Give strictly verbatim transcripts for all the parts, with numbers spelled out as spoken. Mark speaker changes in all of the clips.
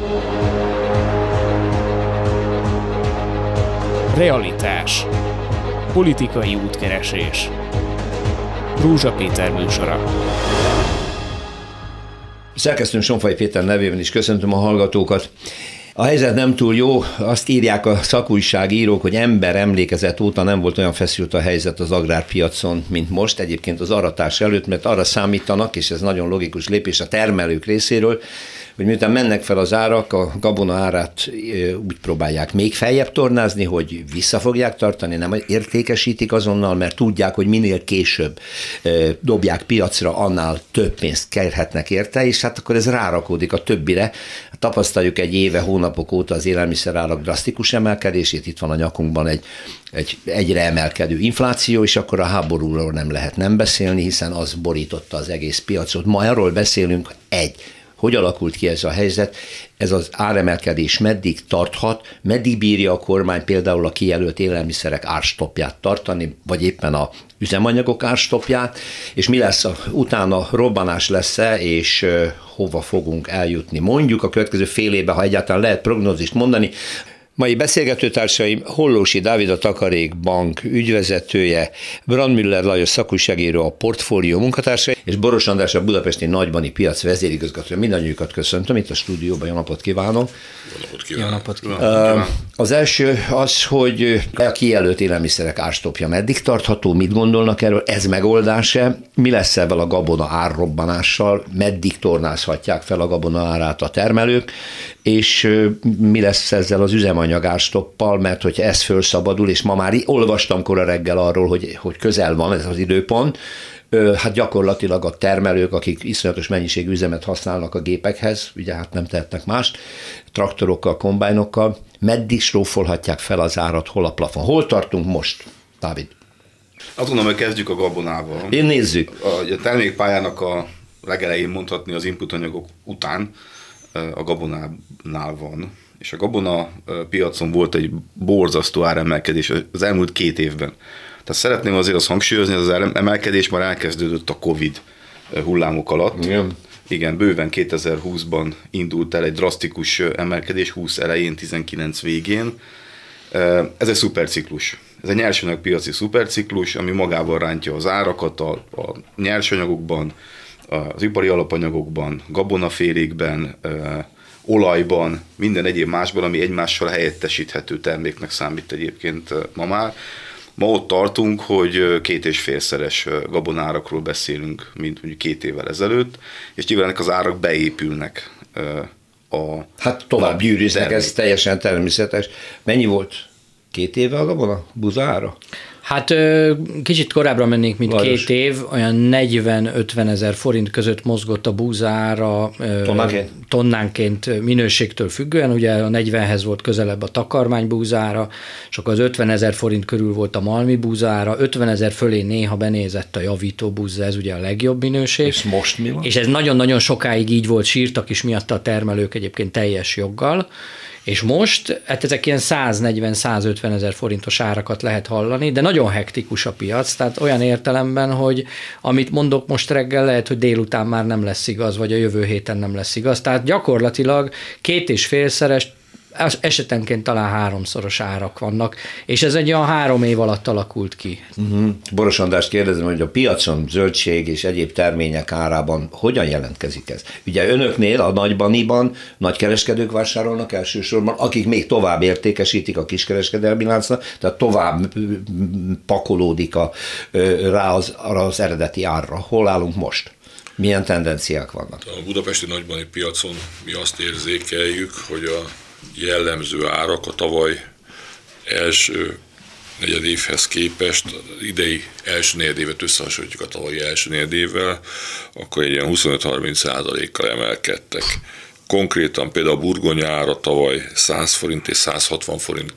Speaker 1: Realitás. Politikai útkeresés. Rózsa Péter műsora.
Speaker 2: Szerkesztőm Sonfai Péter nevében is köszöntöm a hallgatókat. A helyzet nem túl jó, azt írják a szakújságírók, hogy ember emlékezet óta nem volt olyan feszült a helyzet az agrárpiacon, mint most, egyébként az aratás előtt, mert arra számítanak, és ez nagyon logikus lépés a termelők részéről, hogy miután mennek fel az árak, a gabona árát úgy próbálják még feljebb tornázni, hogy vissza fogják tartani, nem értékesítik azonnal, mert tudják, hogy minél később dobják piacra, annál több pénzt kérhetnek érte, és hát akkor ez rárakódik a többire. Tapasztaljuk egy éve, hónapok óta az élelmiszerárak drasztikus emelkedését, itt van a nyakunkban egy, egy egyre emelkedő infláció, és akkor a háborúról nem lehet nem beszélni, hiszen az borította az egész piacot. Ma arról beszélünk, egy, hogy alakult ki ez a helyzet, ez az áremelkedés meddig tarthat, meddig bírja a kormány például a kijelölt élelmiszerek árstoppját tartani, vagy éppen a üzemanyagok árstoppját, és mi lesz a, utána robbanás lesz-e, és uh, hova fogunk eljutni. Mondjuk a következő fél évben, ha egyáltalán lehet prognózist mondani. Mai beszélgetőtársaim Hollósi Dávid, a Takarék Bank ügyvezetője, Brandmüller Lajos szakújságíró, a Portfólió munkatársa, és Boros András, a budapesti nagybani piac vezérigazgatója. Mindannyiukat köszöntöm itt a stúdióban, jó napot kívánok!
Speaker 3: Jó napot kívánok!
Speaker 4: Jó napot kívánok.
Speaker 2: Az első az, hogy a kijelölt élelmiszerek árstoppja meddig tartható, mit gondolnak erről, ez megoldás-e? Mi lesz ebben a gabona árrobbanással, meddig tornázhatják fel a gabona árát a termelők, és mi lesz ezzel az üzemanyag árstoppal, mert hogyha ez fölszabadul, és ma már olvastam kora reggel arról, hogy, hogy közel van ez az időpont, hát gyakorlatilag a termelők, akik iszonyatos mennyiségű üzemet használnak a gépekhez, ugye hát nem tehetnek mást, traktorokkal, kombájnokkal, meddig srófolhatják fel az árat, hol a plafon? Hol tartunk most, Dávid?
Speaker 3: Azt gondolom, hogy kezdjük a gabonával.
Speaker 2: Én nézzük.
Speaker 3: A, a termékpályának a legelején mondhatni az inputanyagok után a gabonánál van. És a gabona piacon volt egy borzasztó áremelkedés az elmúlt két évben. Tehát szeretném azért azt hangsúlyozni, hogy az emelkedés már elkezdődött a Covid hullámok alatt.
Speaker 2: Igen.
Speaker 3: Igen, bőven kétezer-húszban indult el egy drasztikus emelkedés, húsz elején, tizenkilenc végén. Ez egy szuperciklus. Ez egy nyersanyagpiaci szuperciklus, ami magával rántja az árakat a, a nyersanyagokban, az ipari alapanyagokban, gabonafélékben, olajban, minden egyéb másban, ami egymással helyettesíthető terméknek számít egyébként ma már. Ma ott tartunk, hogy két és félszeres gabonárakról beszélünk, mint mondjuk két évvel ezelőtt, és nyilván az árak beépülnek a...
Speaker 2: Hát tovább gyűrűznek, ez teljesen természetes. Mennyi volt két éve a gabona buzára?
Speaker 4: Hát kicsit korábbra mennénk, mint Lajos. Két év, olyan negyven-ötven ezer forint között mozgott a búzára tonnánként? tonnánként minőségtől függően, ugye a negyvenhez volt közelebb a takarmány búzára, és akkor az ötven ezer forint körül volt a malmi búzára, ötven ezer fölé néha benézett a javító búza, ez ugye a legjobb minőség.
Speaker 2: És most mi van?
Speaker 4: És ez nagyon-nagyon sokáig így volt, sírtak is miatta a termelők egyébként teljes joggal. És most, hát ezek ilyen száznegyven-százötven ezer forintos árakat lehet hallani, de nagyon hektikus a piac, tehát olyan értelemben, hogy amit mondok most reggel, lehet, hogy délután már nem lesz igaz, vagy a jövő héten nem lesz igaz. Tehát gyakorlatilag két és félszeres, esetenként talán háromszoros árak vannak, és ez egy olyan három év alatt alakult ki.
Speaker 2: Uh-huh. Boros Andrást kérdezem, hogy a piacon zöldség és egyéb termények árában hogyan jelentkezik ez? Ugye önöknél, a nagybaniban nagykereskedők vásárolnak elsősorban, akik még tovább értékesítik a kiskereskedelmi láncnak, tehát tovább pakolódik a, rá az, arra az eredeti árra. Hol állunk most? Milyen tendenciák vannak?
Speaker 5: A budapesti nagybani piacon mi azt érzékeljük, hogy a jellemző árak a tavaly első negyedévhez képest, az idei első negyedévet összehasonlítjuk a tavalyi első negyedévvel, akkor egy ilyen huszonöt-harminc százalékkal emelkedtek. Konkrétan például a burgonya ára tavaly száz forint és száz hatvan forint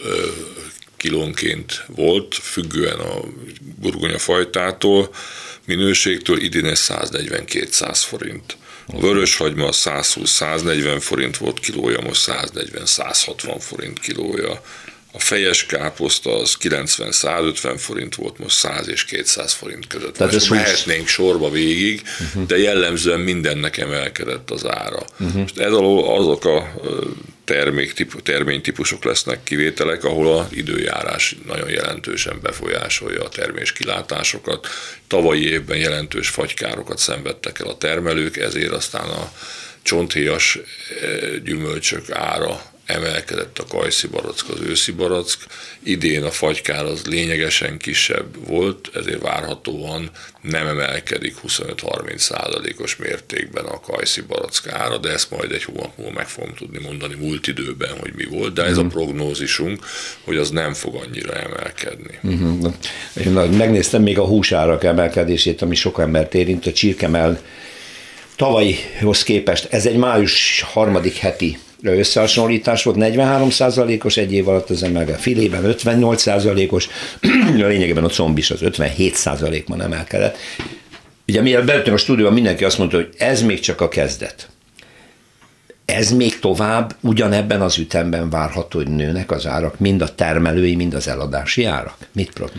Speaker 5: kilónként volt, függően a burgonya fajtától, minőségtől, idén ez száznegyven-kétszáz forint. A vöröshagyma százhúsz-száznegyven forint volt kilója, most száznegyven-százhatvan forint kilója. A fejes káposzta az kilencven-százötven forint volt, most száz és kétszáz forint között. Tehát most mehetnénk sorba végig, uh-huh. de jellemzően mindennek emelkedett az ára. Uh-huh. Most ez alól azok a termék, terménytípusok lesznek kivételek, ahol az időjárás nagyon jelentősen befolyásolja a terméskilátásokat. Tavalyi évben jelentős fagykárokat szenvedtek el a termelők, ezért aztán a csonthéjas gyümölcsök ára emelkedett, a kajszi barack, az őszi barack. Idén a fagykár az lényegesen kisebb volt, ezért várhatóan nem emelkedik huszonöt-harminc százalékos mértékben a kajszi barack ára, de ezt majd egy hónap múlva meg fogom tudni mondani múlt időben, hogy mi volt, de ez uh-huh. a prognózisunk, hogy az nem fog annyira emelkedni. Uh-huh.
Speaker 2: Én megnéztem még a húsárak emelkedését, ami sok embert érint, a csirkemell tavalyihoz képest, ez egy május harmadik heti összehasonlítás volt, negyvenhárom százalékos egy év alatt az emelkedett, filében ötvennyolc százalékos, lényegében a comb is az ötvenhét százalékban emelkedett. Ugye mielőtt bejöttünk a stúdióban, mindenki azt mondta, hogy ez még csak a kezdet. Ez még tovább ugyanebben az ütemben várható, hogy nőnek az árak, mind a termelői, mind az eladási árak. Mit prognoz?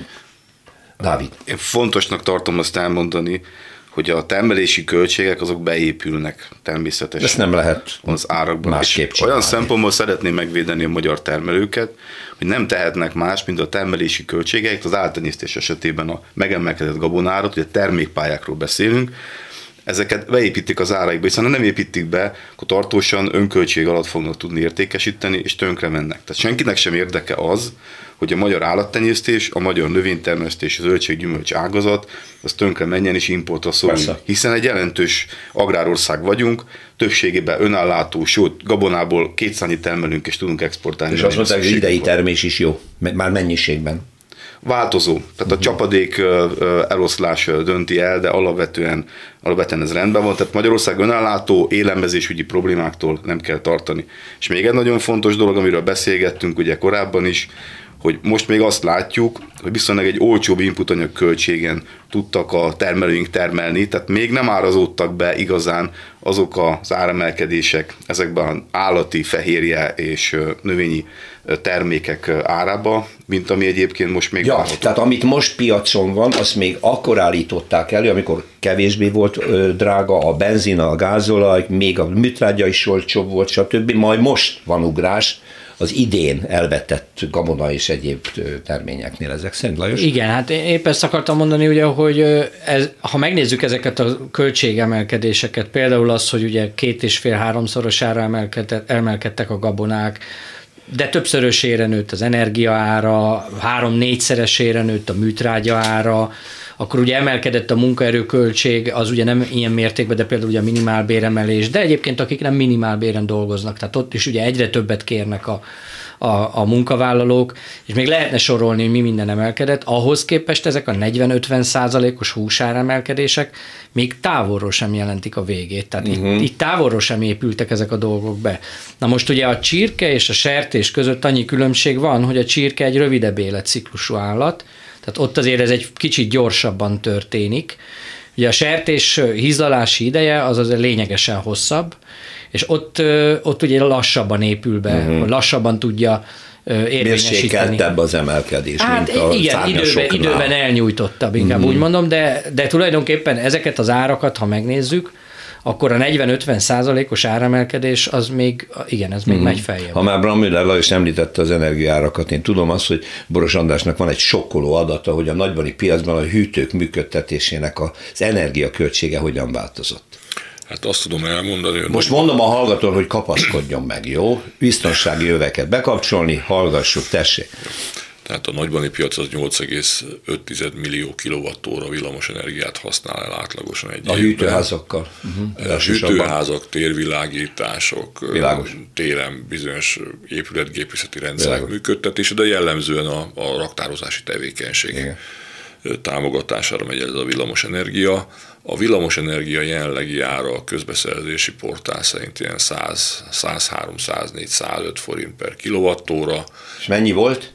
Speaker 2: Dávid?
Speaker 3: Én fontosnak tartom azt elmondani, hogy a termelési költségek azok beépülnek természetesen.
Speaker 2: Ezt nem lehet
Speaker 3: az árakban.
Speaker 2: Másképp
Speaker 3: olyan szempontból szeretném megvédeni a magyar termelőket, hogy nem tehetnek más, mint a termelési költségeit, az általányésztés esetében a megemelkedett gabonárat, ugye termékpályákról beszélünk, ezeket beépítik az áraikba, hiszen ha nem építik be, akkor tartósan önköltség alatt fognak tudni értékesíteni, és tönkre mennek. Tehát senkinek sem érdeke az, hogy a magyar állattenyésztés, a magyar növénytermesztés, a zöldség-gyümölcs ágazat, az tönkre menjen és importra szorul. Hiszen egy jelentős agrárország vagyunk, többségében önállátó, sőt, gabonából kétszányi termelünk és tudunk exportálni.
Speaker 2: És azt mondták, hogy idei termés is jó, már mennyiségben.
Speaker 3: Változó. Tehát uh-huh. a csapadék eloszlás dönti el, de alapvetően, alapvetően ez rendben van. Tehát Magyarország önállátó, élelmezésügyi problémáktól nem kell tartani. És még egy nagyon fontos dolog, amiről beszélgettünk ugye korábban is, hogy most még azt látjuk, hogy viszonylag egy olcsóbb inputanyag költségen tudtak a termelőink termelni, tehát még nem árazódtak be igazán azok az áremelkedések ezekben állati, fehérje és növényi termékek árába, mint ami egyébként most még
Speaker 2: ja,
Speaker 3: várható.
Speaker 2: Tehát amit most piacon van, azt még akkor állították elő, amikor kevésbé volt ö, drága a benzin, a gázolaj, még a műtrágya is olcsóbb volt, stb. Majd most van ugrás az idén elvetett gabona és egyéb terményeknél, ezek szerint, Lajos?
Speaker 4: Igen, hát épp ezt akartam mondani, ugye, hogy ez, ha megnézzük ezeket a költségemelkedéseket, például az, hogy ugye két és fél háromszorosára emelkedtek a gabonák, de többszörösére nőtt az energia ára, három-négyszeresére nőtt a műtrágya ára, akkor ugye emelkedett a munkaerőköltség, az ugye nem ilyen mértékben, de például ugye a minimálbéremelés, de egyébként akik nem minimálbéren dolgoznak, tehát ott is ugye egyre többet kérnek a, a, a munkavállalók, és még lehetne sorolni, hogy mi minden emelkedett, ahhoz képest ezek a negyven-ötven százalékos húsáremelkedések még távolról sem jelentik a végét, tehát uh-huh. itt, itt távolról sem épültek ezek a dolgok be. Na most ugye a csirke és a sertés között annyi különbség van, hogy a csirke egy rövidebb életciklusú állat, tehát ott azért ez egy kicsit gyorsabban történik. Ugye a sertés hízlalási ideje az azért lényegesen hosszabb, és ott, ott ugye lassabban épül be, uh-huh. lassabban tudja érvényesíteni.
Speaker 2: Mérsékeltebb az emelkedés,
Speaker 4: hát
Speaker 2: mint a
Speaker 4: igen, időben, időben elnyújtottabb, inkább uh-huh. úgy mondom, de, de tulajdonképpen ezeket az árakat, ha megnézzük, akkor a negyven-ötven százalékos áremelkedés az még, igen, ez még uh-huh. megy feljebb.
Speaker 2: Ha már Bramüller Lajos említette az energiaárakat, én tudom azt, hogy Boros Andrásnak van egy sokkoló adata, hogy a nagybani piacban a hűtők működtetésének az energiaköltsége hogyan változott.
Speaker 5: Hát azt tudom elmondani, hogy...
Speaker 2: Most mondom a hallgatón, hogy kapaszkodjon meg, jó? Biztonsági öveket bekapcsolni, hallgassuk, tessék.
Speaker 5: Tehát a nagybani piac az nyolc egész öt millió kilowattóra villamos energiát használ el átlagosan egy
Speaker 2: A évben. Hűtőházakkal.
Speaker 5: Uh-huh. A hűtőházak, térvilágítások,
Speaker 2: Világos.
Speaker 5: téren bizonyos épületgépészeti rendszerek
Speaker 2: Világos.
Speaker 5: működtetése, de jellemzően a, a raktározási tevékenység
Speaker 2: Igen.
Speaker 5: támogatására megy ez a villamos energia. A villamos energia jelenlegi ára a közbeszerzési portál szerint ilyen száz, százhárom, száznégy, százöt forint per kilowattóra.
Speaker 2: És mennyi volt?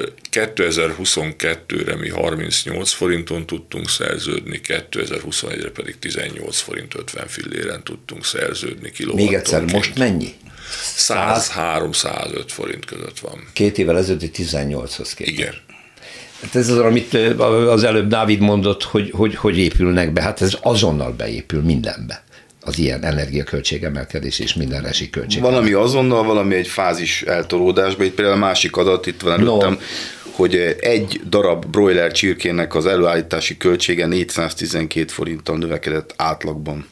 Speaker 5: kétezer-huszonkettőre mi harmincnyolc forinton tudtunk szerződni, kétezer-huszonegyre pedig tizennyolc forint ötven filléren tudtunk szerződni kilowattóra.
Speaker 2: Még egyszer, most mennyi?
Speaker 5: száz három száz öt forint között van.
Speaker 2: Két évvel ezelőtt tizennyolchoz képest.
Speaker 5: Igen.
Speaker 2: Hát ez az, amit az előbb Dávid mondott, hogy, hogy hogy épülnek be, hát ez azonnal beépül mindenbe. Az ilyen energiaköltségemelkedés és minden rezsiköltség.
Speaker 3: Valami azonnal, valami egy fázis eltolódásba. Itt például a másik adat, itt van előttem, no. hogy egy darab broiler csirkének az előállítási költsége négyszáztizenkét forinttal növekedett átlagban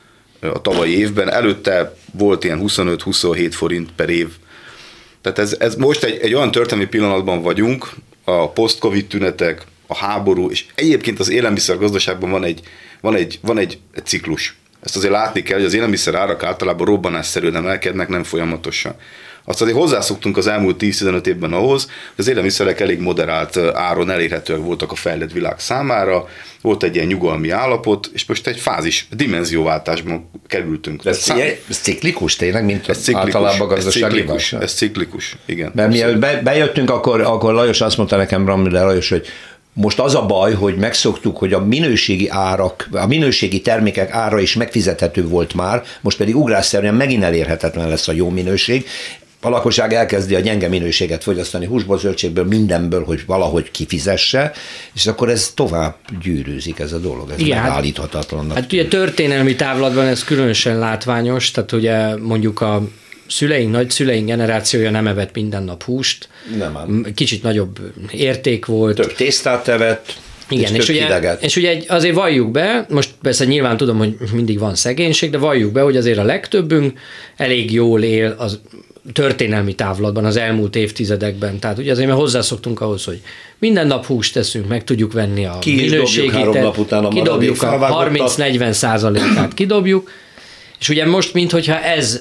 Speaker 3: a tavalyi évben. Előtte volt ilyen huszonöt-huszonhét forint per év. Tehát ez, ez most egy, egy olyan történelmi pillanatban vagyunk, a post-covid tünetek, a háború, és egyébként az élelmiszergazdaságban van egy, van egy, van egy, egy ciklus. Ezt azért látni kell, hogy az élelmiszer árak általában robbanásszerűen emelkednek, nem folyamatosan. Azt azért hozzászoktunk az elmúlt tíz-tizenöt évben ahhoz, hogy az élelmiszerek elég moderált áron elérhetőek voltak a fejlett világ számára, volt egy ilyen nyugalmi állapot, és most egy fázis, dimenzióváltásban kerültünk.
Speaker 2: Ez, Szám... ez ciklikus tényleg, mint
Speaker 3: ez ciklikus,
Speaker 2: általában gazdasági
Speaker 3: ez ciklikus, ez ciklikus, igen.
Speaker 2: Mert mielőtt be, bejöttünk, akkor, akkor Lajos azt mondta nekem, Ramli, de Lajos, hogy most az a baj, hogy megszoktuk, hogy a minőségi árak, a minőségi termékek ára is megfizethető volt már, most pedig ugrásszerűen megint elérhetetlen lesz a jó minőség. A lakosság elkezdi a gyenge minőséget fogyasztani húsból, zöldségből, mindenből, hogy valahogy kifizesse, és akkor ez tovább gyűrűzik ez a dolog, ez
Speaker 4: igen,
Speaker 2: megállíthatatlannak.
Speaker 4: Hát ugye történelmi távlatban ez különösen látványos, tehát ugye mondjuk a szüleink, nagyszüleink generációja nem evett minden nap húst, nem, kicsit nagyobb érték volt.
Speaker 2: Több tésztát evett,
Speaker 4: igen, és, és, ugye, és ugye azért valljuk be, most persze nyilván tudom, hogy mindig van szegénység, de valljuk be, hogy azért a legtöbbünk elég jól él az történelmi távlatban az elmúlt évtizedekben. Tehát ugye azért, mert hozzászoktunk ahhoz, hogy minden nap húst teszünk, meg tudjuk venni a
Speaker 2: ki
Speaker 4: minőségét.
Speaker 2: Három nap után a
Speaker 4: kidobjuk a harminc-negyven százalékát kidobjuk, és ugye most, minthogyha ez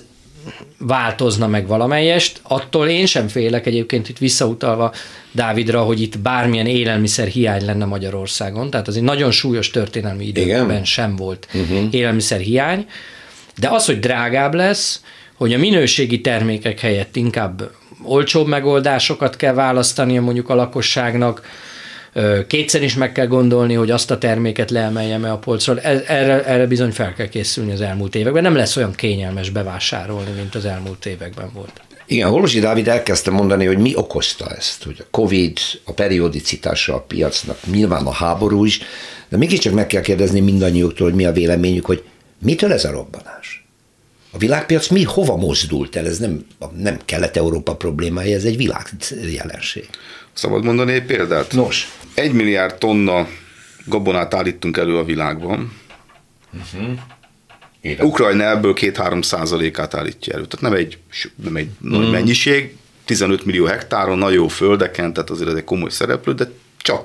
Speaker 4: változna meg valamelyest, attól én sem félek egyébként itt visszautalva Dávidra, hogy itt bármilyen élelmiszer hiány lenne Magyarországon, tehát azért nagyon súlyos történelmi időkben igen? sem volt uh-huh. élelmiszer hiány, de az, hogy drágább lesz, hogy a minőségi termékek helyett inkább olcsóbb megoldásokat kell választania mondjuk a lakosságnak, kétszer is meg kell gondolni, hogy azt a terméket leemeljem-e a polcról. Erre, erre bizony fel kell készülni az elmúlt években. Nem lesz olyan kényelmes bevásárolni, mint az elmúlt években volt.
Speaker 2: Igen, Holosi Dávid elkezdte mondani, hogy mi okozta ezt, hogy a Covid, a periodicitása a piacnak, nyilván a háború is, de mégiscsak meg kell kérdezni mindannyiuktól, hogy mi a véleményük, hogy mitől ez a robbanás? A világpiac mi hova mozdult el? Ez nem, nem Kelet-Európa problémája, ez egy világjelenség.
Speaker 3: Szabad mondani egy példát?
Speaker 2: Nos.
Speaker 3: Egy milliárd tonna gabonát állítunk elő a világban. Uh-huh. Ukrajna ebből két-három százalékát állítja elő. Tehát nem egy, nem egy uh-huh. nagy mennyiség, tizenöt millió hektáron, nagyon jó földeken, tehát azért ez egy komoly szereplő, de csak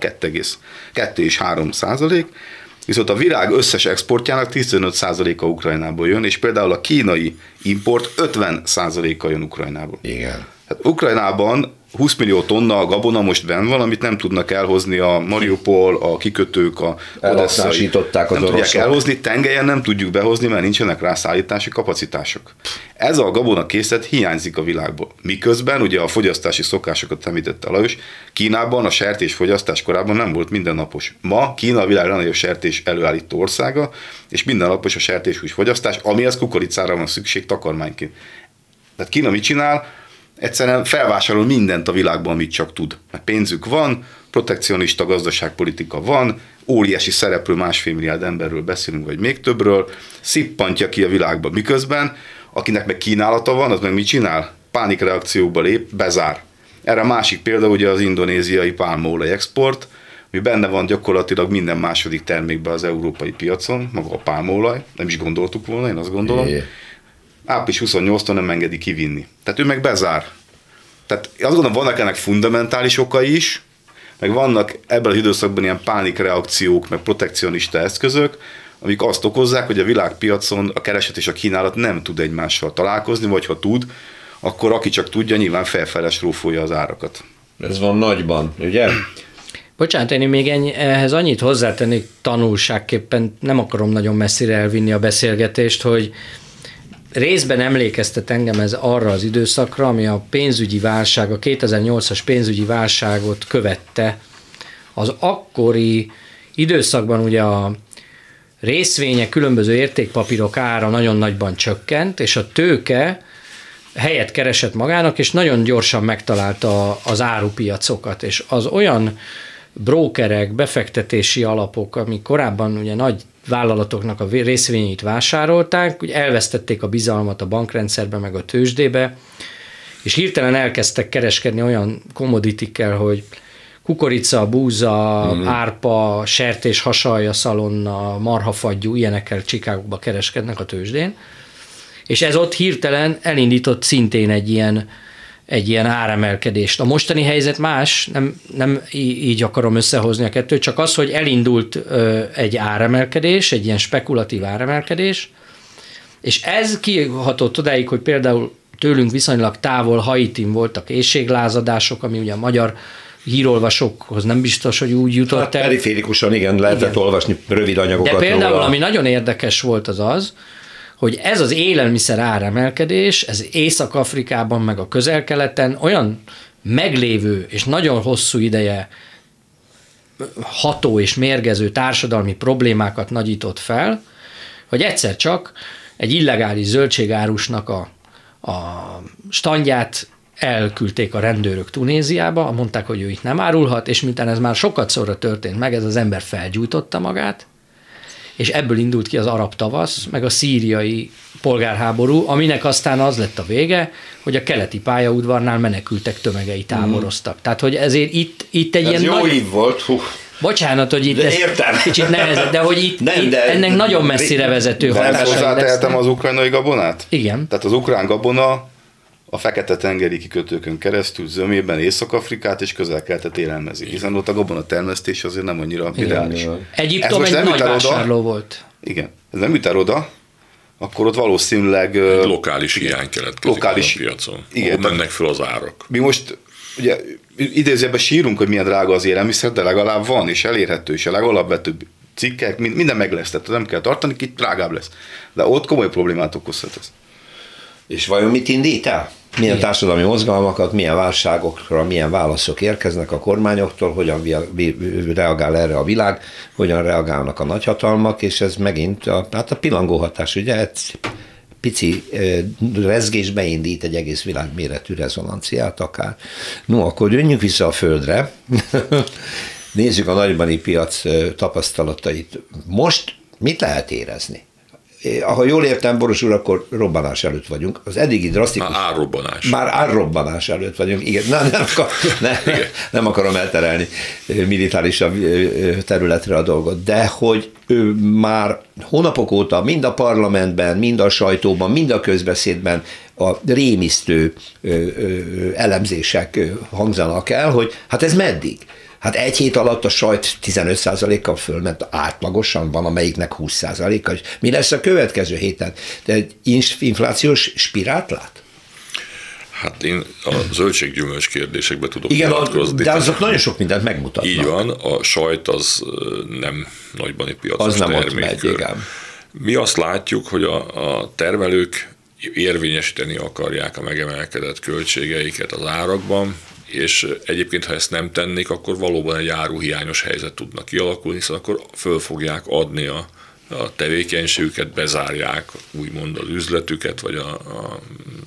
Speaker 3: kettő és három százalék. Viszont a világ összes exportjának tizenöt százaléka Ukrajnából jön, és például a kínai import ötven százaléka jön Ukrajnából.
Speaker 2: Igen.
Speaker 3: Hát Ukrajnában húsz millió tonna gabona most benn van, amit nem tudnak elhozni a Mariupol, a kikötők, a odesszai. Nem tudják elhozni, tengelyen nem tudjuk behozni, mert nincsenek rá szállítási kapacitások. Ez a gabona készlet hiányzik a világból. Miközben ugye a fogyasztási szokásokat említette Lajos, Kínában a sertésfogyasztás korábban nem volt mindennapos. Ma Kína a világ legnagyobb sertés előállító országa, és mindennapos a sertéshús fogyasztás, amihez kukoricára van szükség takarmányként. Tehát Kína mit csinál? Egyszerűen felvásárol mindent a világban, amit csak tud. Mert pénzük van, protekcionista gazdaságpolitika van, óriási szereplő másfél milliárd emberről beszélünk, vagy még többről, szippantja ki a világba. Miközben, akinek meg kínálata van, az meg mit csinál? Pánikreakcióba lép, bezár. Erre a másik példa ugye az indonéziai pálmaolaj export, ami benne van gyakorlatilag minden második termékben az európai piacon, maga a pálmaolaj, nem is gondoltuk volna, én azt gondolom. É. április huszonnyolcadikán nem engedi kivinni. Tehát ő meg bezár. Tehát azt gondolom, vannak ennek fundamentális okai is, meg vannak ebben az időszakban ilyen pánikreakciók, meg protekcionista eszközök, amik azt okozzák, hogy a világpiacon a kereset és a kínálat nem tud egymással találkozni, vagy ha tud, akkor aki csak tudja, nyilván felfeles rófolja az árakat.
Speaker 2: Ez van nagyban, ugye?
Speaker 4: Bocsánat, én még ennyi, ehhez annyit hozzátennék tanulságképpen, nem akarom nagyon messzire elvinni a beszélgetést, hogy részben emlékeztet engem ez arra az időszakra, ami a pénzügyi válság, a kétezer-nyolcas pénzügyi válságot követte. Az akkori időszakban ugye a részvények, különböző értékpapírok ára nagyon nagyban csökkent, és a tőke helyet keresett magának, és nagyon gyorsan megtalálta az árupiacokat, és az olyan brókerek, befektetési alapok, amik korábban ugye nagy vállalatoknak a részvényeit vásárolták, ugye elvesztették a bizalmat a bankrendszerbe, meg a tőzsdébe, és hirtelen elkezdtek kereskedni olyan commodity-kkel, hogy kukorica, búza, mm. árpa, sertés, hasalja, szalonna, marhafagyú, ilyenekkel Chicagóba kereskednek a tőzsdén, és ez ott hirtelen elindított szintén egy ilyen, egy ilyen áremelkedést. A mostani helyzet más, nem, nem így akarom összehozni a kettőt, csak az, hogy elindult egy áremelkedés, egy ilyen spekulatív áremelkedés, és ez kihatott odáig, hogy például tőlünk viszonylag távol Haitin voltak éhséglázadások, ami ugye a magyar hírolvasókhoz nem biztos, hogy úgy jutott
Speaker 2: hát
Speaker 4: el.
Speaker 2: Periférikusan igen, lehetett igen. olvasni rövid anyagokat.
Speaker 4: De például,
Speaker 2: róla.
Speaker 4: ami nagyon érdekes volt az az, hogy ez az élelmiszer áremelkedés, ez Észak-Afrikában meg a Közel-Keleten olyan meglévő és nagyon hosszú ideje ható és mérgező társadalmi problémákat nagyított fel, hogy egyszer csak egy illegális zöldségárusnak a, a standját elküldték a rendőrök Tunéziába, mondták, hogy ő itt nem árulhat, és miután ez már sokat szorra történt meg, ez az ember felgyújtotta magát, és ebből indult ki az arab tavasz, meg a szíriai polgárháború, aminek aztán az lett a vége, hogy a keleti pályaudvarnál menekültek tömegei táboroztak. Mm. Tehát, hogy ezért itt, itt egy
Speaker 2: ez
Speaker 4: ilyen...
Speaker 2: jó
Speaker 4: nagy...
Speaker 2: ív volt, hú.
Speaker 4: Bocsánat, hogy itt
Speaker 2: de
Speaker 4: ez
Speaker 2: értem.
Speaker 4: kicsit nehezebb, de hogy itt,
Speaker 2: nem,
Speaker 4: itt
Speaker 2: de
Speaker 4: ennek nagyon messzire vezető hatásai lesznek.
Speaker 3: Hozzátehetem az ukrajnai gabonát?
Speaker 4: Igen.
Speaker 3: Tehát az ukrán gabona a Fekete-tengeri kikötőkön keresztül zömében Észak-Afrikát és Közel-Keletet élelmezik, hiszen ott a gabona termesztés azért nem annyira ideális.
Speaker 4: Egyiptom egy nagy vásárló oda, volt.
Speaker 3: Igen, ez nem üt el oda, akkor ott valószínűleg...
Speaker 5: Egy lokális hiány keletkezik
Speaker 3: lokális,
Speaker 5: a piacon,
Speaker 3: igen,
Speaker 5: ahol mennek fel az árak.
Speaker 3: Mi most ugye idézőjelben sírunk, hogy milyen drága az élelmiszer, de legalább van, és elérhető, és a legalapvetőbb cikkek, minden meg lesz, tehát nem kell tartani, itt drágább lesz. De ott komoly problémát okozhat ez.
Speaker 2: És vajon mit indít el? Milyen igen. társadalmi mozgalmakat, milyen válságokra, milyen válaszok érkeznek a kormányoktól, hogyan reagál erre a világ, hogyan reagálnak a nagyhatalmak, és ez megint a, hát a pillangó hatás, ugye egy pici rezgés beindít egy egész világméretű rezonanciát akár. No, akkor jönjünk vissza a földre, nézzük a nagybani piac tapasztalatait. Most mit lehet érezni? Ha jól értem, Boros úr, akkor robbanás előtt vagyunk. Az eddigi drasztikus...
Speaker 5: Már árrobbanás.
Speaker 2: Már árrobbanás előtt vagyunk. Igen, nem, nem, akar, nem, nem akarom elterelni militárisabb területre a dolgot, de hogy ő már hónapok óta mind a parlamentben, mind a sajtóban, mind a közbeszédben a rémisztő elemzések hangzanak el, hogy hát ez meddig? Hát egy hét alatt a sajt tizenöt százalékkal fölment, átlagosan van, amelyiknek húsz százalékkal. Mi lesz a következő héten? De egy inflációs spirált lát?
Speaker 5: Hát én a zöldséggyümölcs kérdésekbe tudok
Speaker 2: igen,
Speaker 5: nyilatkozni.
Speaker 2: De azok nagyon sok mindent megmutatnak.
Speaker 5: Így van, a sajt az nem nagybani piacos
Speaker 2: az nem
Speaker 5: termékkör.
Speaker 2: Ott megy, igen.
Speaker 5: Mi azt látjuk, hogy a, a termelők érvényesíteni akarják a megemelkedett költségeiket az árakban, és egyébként, ha ezt nem tennék, akkor valóban egy áruhiányos helyzet tudna kialakulni, hiszen akkor föl fogják adni a, a tevékenységüket, bezárják úgymond az üzletüket, vagy a, a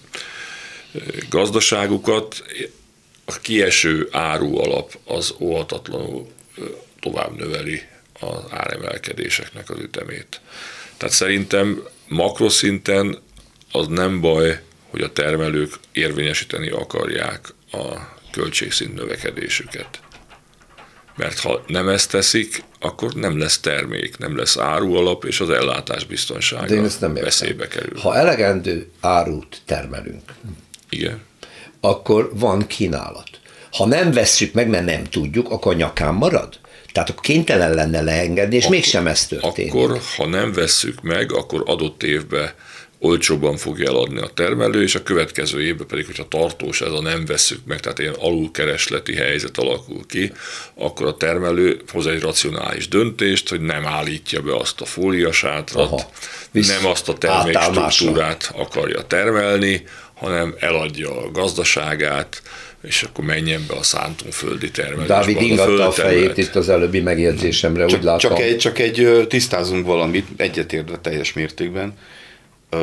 Speaker 5: gazdaságukat. A kieső áru alap az óhatatlanul tovább növeli az áremelkedéseknek az ütemét. Tehát szerintem makroszinten az nem baj, hogy a termelők érvényesíteni akarják a költségszint növekedésüket. Mert ha nem ezt teszik, akkor nem lesz termék, nem lesz árualap, és az ellátás biztonsága veszélybe kerül.
Speaker 2: Ha elegendő árut termelünk,
Speaker 5: igen,
Speaker 2: akkor van kínálat. Ha nem vesszük meg, mert nem tudjuk, akkor nyakán marad? Tehát akkor kénytelen lenne leengedni, és akkor, mégsem ez történik.
Speaker 5: Akkor, ha nem vesszük meg, akkor adott évben olcsóbban fogja eladni a termelő, és a következő évben pedig, hogyha tartós ez a nem vesszük meg, tehát ilyen alulkeresleti helyzet alakul ki, akkor a termelő hoz egy racionális döntést, hogy nem állítja be azt a fóliasátrat, nem azt a termékstruktúrát akarja termelni, hanem eladja a gazdaságát, és akkor menjen be a szántóföldi termelésbe.
Speaker 2: Dávid ingatta a fejét itt az előbbi megjegyzésemre,
Speaker 3: csak,
Speaker 2: úgy látom.
Speaker 3: Csak egy, csak egy tisztázunk valamit, egyetértve teljes mértékben.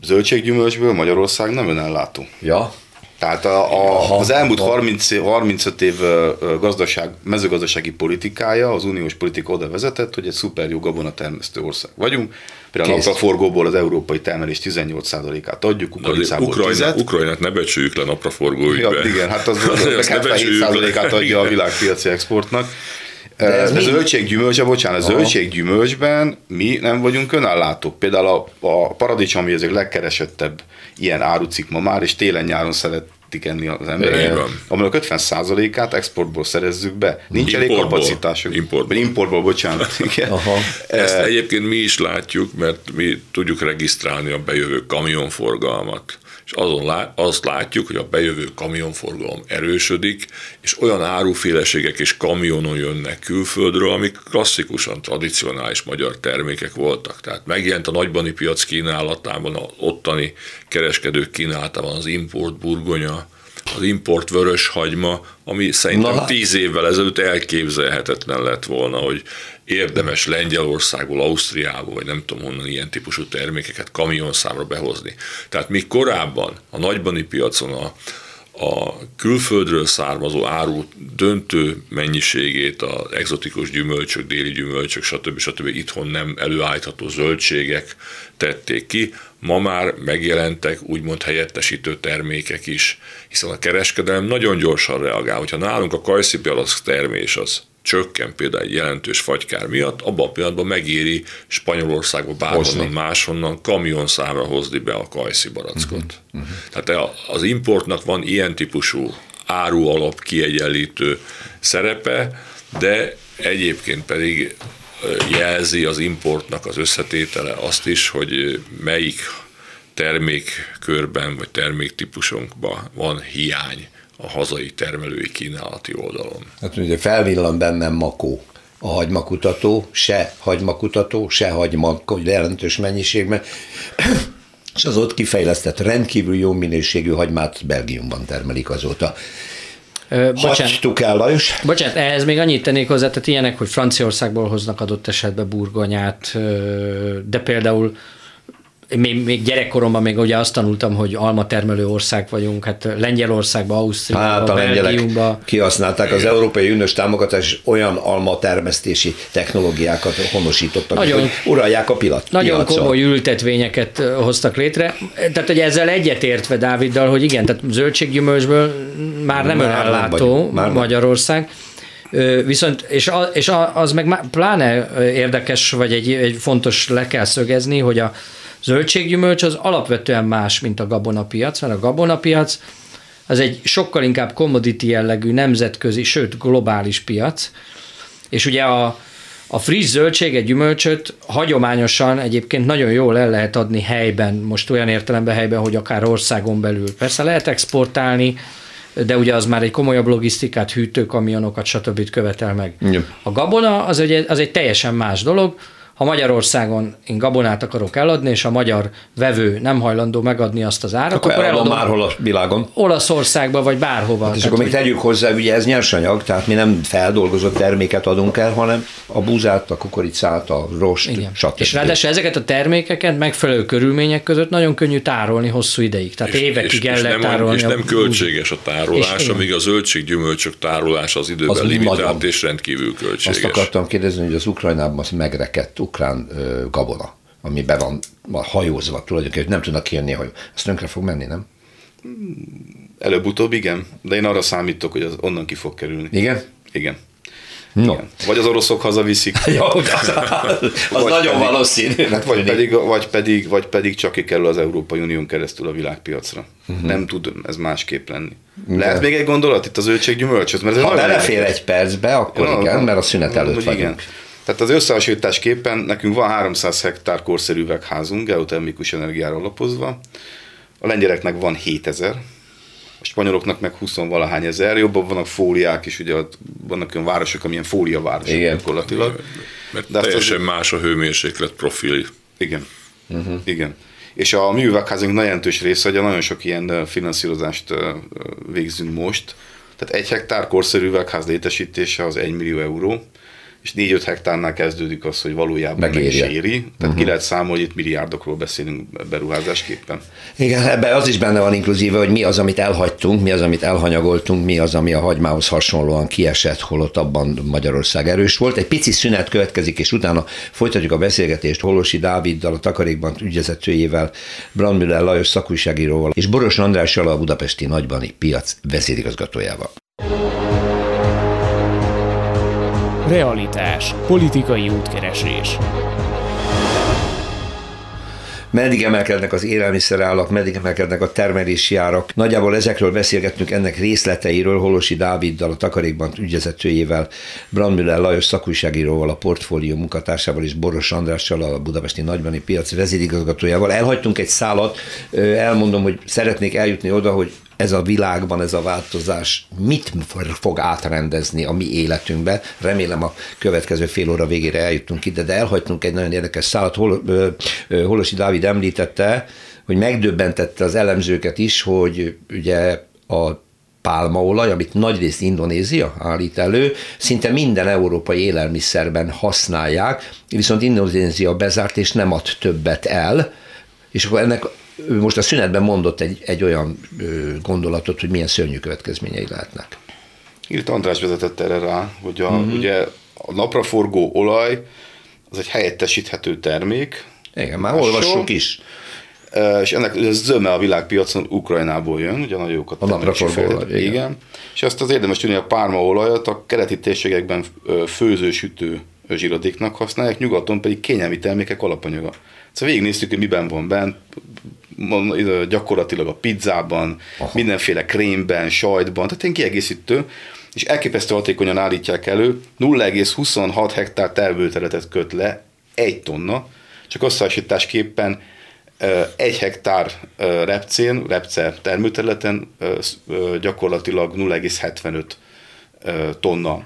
Speaker 3: zöldséggyümölcsből Magyarország nem önellátó.
Speaker 2: Ja.
Speaker 3: Tehát a, a, az elmúlt harminc, harmincöt év gazdaság, mezőgazdasági politikája, az uniós politika oda vezetett, hogy egy szuper jó gabonatermesztő ország vagyunk. Például a napraforgóból az európai termelés tizennyolc százalékát adjuk, kukoricából
Speaker 5: Ukrajna, Ukrajnát ne becsüljük le napraforgó ügybe.
Speaker 3: Ja, igen, hát az hetvenhét százalékát adja a világpiaci exportnak. De ez a zöldséggyümölcse, bocsánat, a zöldséggyümölcsben mi nem vagyunk önállátók. Például a, a paradicsom, ami ezek legkeresettebb ilyen árucikk ma már, és télen-nyáron szeretik enni az emberek. Aminek ötven százalékát exportból szerezzük be. Nincs importból, elég kapacitásuk.
Speaker 5: Importból.
Speaker 3: Importból, bocsánat. Igen.
Speaker 5: Aha. Ezt egyébként mi is látjuk, mert mi tudjuk regisztrálni a bejövő kamionforgalmat. És azon lá, azt látjuk, hogy a bejövő kamionforgalom erősödik, és olyan áruféleségek és kamionon jönnek külföldről, amik klasszikusan, tradicionális magyar termékek voltak. Tehát megjelent a nagybani piac kínálatában, az ottani kereskedők kínálatában az import burgonya, az import vöröshagyma, ami szerintem Na. tíz évvel ezelőtt elképzelhetetlen lett volna, hogy érdemes Lengyelországból, Ausztriából, vagy nem tudom honnan ilyen típusú termékeket kamionszámra behozni. Tehát míg korábban a nagybani piacon a, a külföldről származó áru döntő mennyiségét az egzotikus gyümölcsök, déli gyümölcsök, stb. stb. Itthon nem előállítható zöldségek tették ki, ma már megjelentek úgymond helyettesítő termékek is, hiszen a kereskedelem nagyon gyorsan reagál. Hogyha nálunk a kajszipjalack termés az csökken például egy jelentős fagykár miatt, abban a pillanatban megéri Spanyolországba bárhonnan máshonnan kamionszámra hozni be a kajszibarackot. Uh-huh. Tehát az importnak van ilyen típusú áru alap kiegyenlítő szerepe, de egyébként pedig jelzi az importnak az összetétele azt is, hogy melyik termékkörben vagy terméktípusunkban van hiány a hazai termelői kínálati oldalon.
Speaker 2: Hát ugye felvillan bennem Makó, a hagymakutató, se hagymakutató, se hagyma jelentős mennyiségben, és az ott kifejlesztett rendkívül jó minőségű hagymát Belgiumban termelik azóta.
Speaker 4: Ö, bocsánat,
Speaker 2: Hagytuk el, Lajos?
Speaker 4: Bocsánat, ehhez még annyit tennék hozzá, tehát ilyenek, hogy Franciaországból hoznak adott esetben burgonyát, de például Még, még gyerekkoromban még ugye azt tanultam, hogy almatermelő ország vagyunk, hát Lengyelországban, Ausztriában,
Speaker 2: hát a
Speaker 4: Belgiumban.
Speaker 2: Kihasználták az Európai Uniós támogatás, és olyan almatermesztési technológiákat honosítottak, nagyon, hogy uralják a pilat.
Speaker 4: Nagyon
Speaker 2: piacon.
Speaker 4: komoly ültetvényeket hoztak létre. Tehát, hogy ezzel egyetértve Dáviddal, hogy igen, tehát zöldséggyümölcsből már nem önellátó Magyarország. Viszont, és, az, és az meg pláne érdekes, vagy egy, egy fontos le kell szögezni, hogy a zöldséggyümölcs az alapvetően más, mint a gabonapiac, mert a gabonapiac az egy sokkal inkább commodity jellegű, nemzetközi, sőt globális piac, és ugye a, a friss zöldséget, gyümölcsöt hagyományosan egyébként nagyon jól el lehet adni helyben, most olyan értelemben helyben, hogy akár országon belül. Persze lehet exportálni, de ugye az már egy komolyabb logisztikát, hűtőkamionokat, stb. Követel meg. Igen. A gabona az egy, az egy teljesen más dolog. Ha Magyarországon én gabonát akarok eladni, és a magyar vevő nem hajlandó megadni azt az árat,
Speaker 2: akkor, akkor eladom bárhol a világon.
Speaker 4: Olaszországba, vagy bárhova.
Speaker 2: Hát és akkor még tegyük hozzá, ugye ez nyersanyag, tehát mi nem feldolgozott terméket adunk el, hanem a búzát, a kukoricát, a rost, stb.
Speaker 4: És ráadásul ezeket a termékeket megfelelő körülmények között nagyon könnyű tárolni hosszú ideig. Tehát és, évekig és, el lehet tárolni.
Speaker 5: És nem költséges a tárolás, amíg a zöldséggyümölcsök tárolása az időben az limitált és rendkívül költséges.
Speaker 2: Azt akartam kérdezni, hogy az Ukrajnában az megrekedt ukrán ö, gabona, ami be van hajózva tulajdonképpen, nem tudnak kijönni a hajó. Azt tönkre fog menni, nem?
Speaker 3: Előbb-utóbb igen, de én arra számítok, hogy az onnan ki fog kerülni.
Speaker 2: Igen?
Speaker 3: Igen.
Speaker 2: No.
Speaker 3: Igen. Vagy az oroszok hazaviszik.
Speaker 2: Jó, az, az nagyon pedig, valószínű.
Speaker 3: Vagy pedig, vagy, pedig, vagy pedig csak kikerül az Európai Unión keresztül a világpiacra. Uh-huh. Nem tud ez másképp lenni. De. Lehet még egy gondolat itt az zöldséggyümölcsöt? Mert ez
Speaker 2: ha belefér egy percbe, akkor ja, igen, mert a szünet előtt vagyunk. Igen.
Speaker 3: Tehát az összehasonlításképpen nekünk van háromszáz hektár korszerű üvegházunk, geotermikus energiára alapozva. A lengyeleknek van hétezer, a spanyoloknak meg húsz-valahány ezer, jobban vannak fóliák is, ugye vannak olyan városok, amilyen fóliavárosok gyakorlatilag.
Speaker 5: Mert de teljesen az... más a hőmérséklet profil.
Speaker 3: Igen, uh-huh. igen. És a mi üvegházunk nagyon jelentős része, hogy nagyon sok ilyen finanszírozást végzünk most. Tehát egy hektár korszerű üvegház létesítése az egy millió euró, és négy-öt hektárnál kezdődik az, hogy valójában meg is éri. Tehát uh-huh. ki lehet számolni, hogy itt milliárdokról beszélünk beruházásképpen.
Speaker 2: Igen, ebben az is benne van inkluzíve, hogy mi az, amit elhagytunk, mi az, amit elhanyagoltunk, mi az, ami a hagymához hasonlóan kiesett, holott abban Magyarország erős volt. Egy pici szünet következik, és utána folytatjuk a beszélgetést Holosi Dáviddal, a Takarékbank ügyvezetőjével, Brandmüller Lajos szakújságíróval, és Boros Andrással, a budapesti nagybani piac vezérigazgatójával.
Speaker 1: Realitás. Politikai útkeresés.
Speaker 2: Meddig emelkednek az élelmiszerárak, meddig emelkednek a termelési árak. Nagyjából ezekről beszélgettünk, ennek részleteiről Holosi Dáviddal, a Takarékbank ügyvezetőjével, Brandmüller Lajos szakújságíróval, a Portfólió munkatársával és Boros Andrással, a budapesti nagybani piac vezérigazgatójával. Elhagytunk egy szálat, elmondom, hogy szeretnék eljutni oda, hogy ez a világban, ez a változás mit fog átrendezni a mi életünkbe. Remélem a következő fél óra végére eljutunk ide, de elhagytunk egy nagyon érdekes szállat. Hol, Holosi Dávid említette, hogy megdöbbentette az elemzőket is, hogy ugye a pálmaolaj, amit nagyrészt Indonézia állít elő, szinte minden európai élelmiszerben használják, viszont Indonézia bezárt és nem ad többet el, és akkor ennek most a szünetben mondott egy, egy olyan gondolatot, hogy milyen szörnyű következményei lehetnek.
Speaker 3: Írt András vezetett erre rá, hogy a,
Speaker 2: uh-huh. ugye
Speaker 3: a napraforgó olaj az egy helyettesíthető termék.
Speaker 2: Igen, már olvassuk is.
Speaker 3: És ennek az zöme a világpiacon Ukrajnából jön, ugye nagyon jókat
Speaker 2: a napraforgó olaj. Igen.
Speaker 3: igen. És azt az érdemes tudni, a pálmaolajat a keleti térségekben főző-sütő zsíradéknak használják, nyugaton pedig kényelmi termékek alapanyaga. Szóval végignéztük, hogy miben van bent, gyakorlatilag a pizzában, aha. mindenféle krémben, sajtban, tehát egy kiegészítő, és elképesztő hatékonyan állítják elő, nulla egész huszonhat hektár termőterületet köt le, egy tonna, csak összehasonlításképpen egy hektár repcén, repcer termőterületen gyakorlatilag nulla egész hetvenöt tonna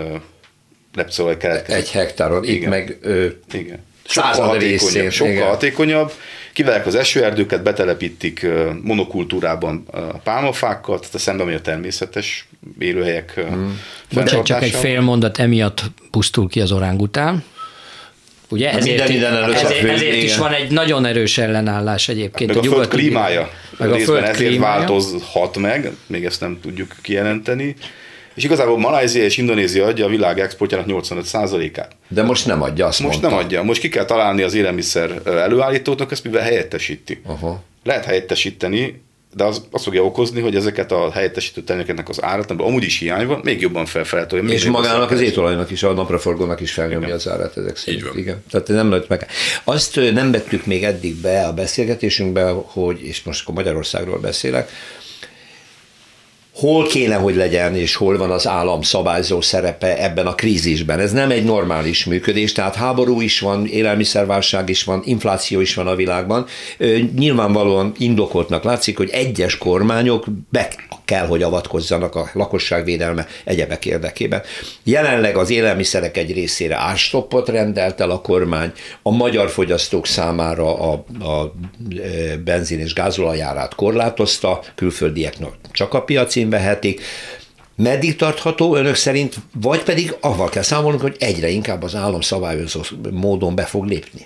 Speaker 3: repceolaj keletkezik.
Speaker 2: Egy hektáron, itt meg ö,
Speaker 3: igen. Sokkal hatékonyabb, sokkal igen. hatékonyabb. Kivágják az esőerdőket, betelepítik monokultúrában a pálmafákkal, tehát a szemben megy a természetes élőhelyek hmm.
Speaker 4: Bocsánat, csak egy fél mondat, emiatt pusztul ki az orángután. Ugye ezért, minden, minden ezért, ezért is van egy nagyon erős ellenállás egyébként.
Speaker 3: Meg a, a föld klímája. Meg a föld ezért klímája. Változhat meg, még ezt nem tudjuk kijelenteni. És igazából Malajzia és Indonézia adja a világ exportjának nyolcvanöt százalékát.
Speaker 2: De most nem adja, azt
Speaker 3: Most
Speaker 2: mondta.
Speaker 3: nem adja. Most ki kell találni az élelmiszer előállítóknak, ezt mivel helyettesíti.
Speaker 2: Aha.
Speaker 3: Lehet helyettesíteni, de az, azt fogja okozni, hogy ezeket a helyettesítő termékeknek az árat, amiből amúgy is hiány van, még jobban felfeltolja.
Speaker 2: És magának az étolajnak is, a napraforgónak is felnyomja az árát ezek szerint. Igen. Tehát nem lehet meg. Azt nem vettük még eddig be a beszélgetésünkbe, hogy, és most akkor Magyarországról beszélek, hol kéne, hogy legyen, és hol van az állam szabályzó szerepe ebben a krízisben. Ez nem egy normális működés, tehát háború is van, élelmiszerválság is van, infláció is van a világban. Nyilvánvalóan indokoltnak látszik, hogy egyes kormányok be kell, hogy avatkozzanak a lakosságvédelme egyebek érdekében. Jelenleg az élelmiszerek egy részére árstoppot rendelt el a kormány, a magyar fogyasztók számára a, a benzin és gázolajárát korlátozta, külföldieknek csak a piacin vehetik. Meddig tartható önök szerint, vagy pedig avval kell számolnunk, hogy egyre inkább az állam szabályozó módon be fog lépni?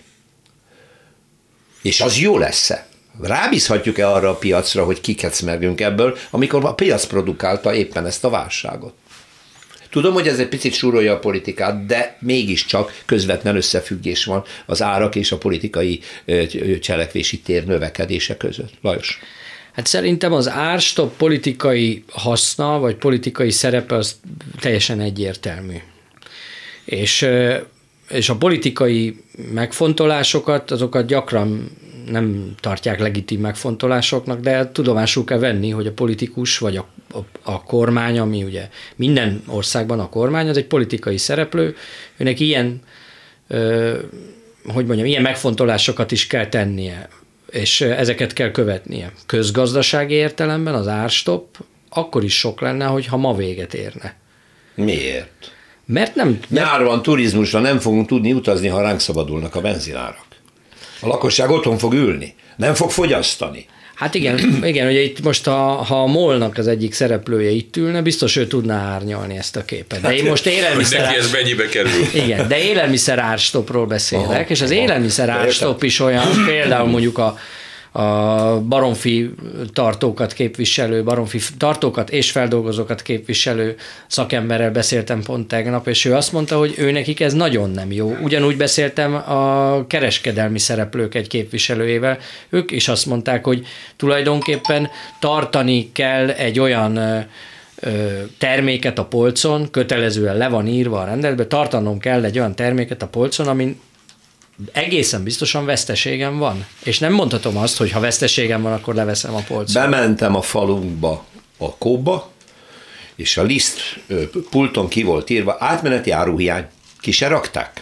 Speaker 2: És az jó lesz-e? Rábízhatjuk-e arra a piacra, hogy kikecmergünk ebből, amikor a piac produkálta éppen ezt a válságot? Tudom, hogy ez egy picit súrolja a politikát, de mégiscsak közvetlen összefüggés van az árak és a politikai cselekvési tér növekedése között. Lajos?
Speaker 4: Hát szerintem az árstopp politikai haszna, vagy politikai szerepe az teljesen egyértelmű. És, és a politikai megfontolásokat, azokat gyakran nem tartják legitim megfontolásoknak, de tudomásul kell venni, hogy a politikus vagy a, a, a kormány, ami ugye minden országban a kormány, az egy politikai szereplő, őnek ilyen, ö, hogy mondjam, ilyen megfontolásokat is kell tennie, és ezeket kell követnie. Közgazdasági értelemben az árstopp akkor is sok lenne, hogyha ma véget érne.
Speaker 2: Miért?
Speaker 4: Mert nem...
Speaker 2: Nyár van, turizmus van, nem fogunk tudni utazni, ha ránk szabadulnak a benzinárak. A lakosság otthon fog ülni, nem fog fogyasztani.
Speaker 4: Hát igen, igen, ugye itt most ha, ha a MOL-nak az egyik szereplője itt ülne, biztos ő tudná árnyalni ezt a képet. De én most élelmiszer...
Speaker 5: Neki ez mennyibe kerül?
Speaker 4: Igen, de élelmiszer árstopról beszélek, aha, és az élelmiszer árstop is olyan, például mondjuk a a baromfi tartókat képviselő, baromfi tartókat és feldolgozókat képviselő szakemberrel beszéltem pont tegnap, és ő azt mondta, hogy ő nekik ez nagyon nem jó. Ugyanúgy beszéltem a kereskedelmi szereplők egy képviselőjével, ők is azt mondták, hogy tulajdonképpen tartani kell egy olyan terméket a polcon, kötelezően le van írva a rendeletben, tartanom kell egy olyan terméket a polcon, amin egészen biztosan veszteségem van. És nem mondhatom azt, hogy ha veszteségem van, akkor leveszem a polcon.
Speaker 2: Bementem a falunkba, a Kóba, és a liszt pulton ki volt írva, átmeneti áruhiány. Ki se rakták?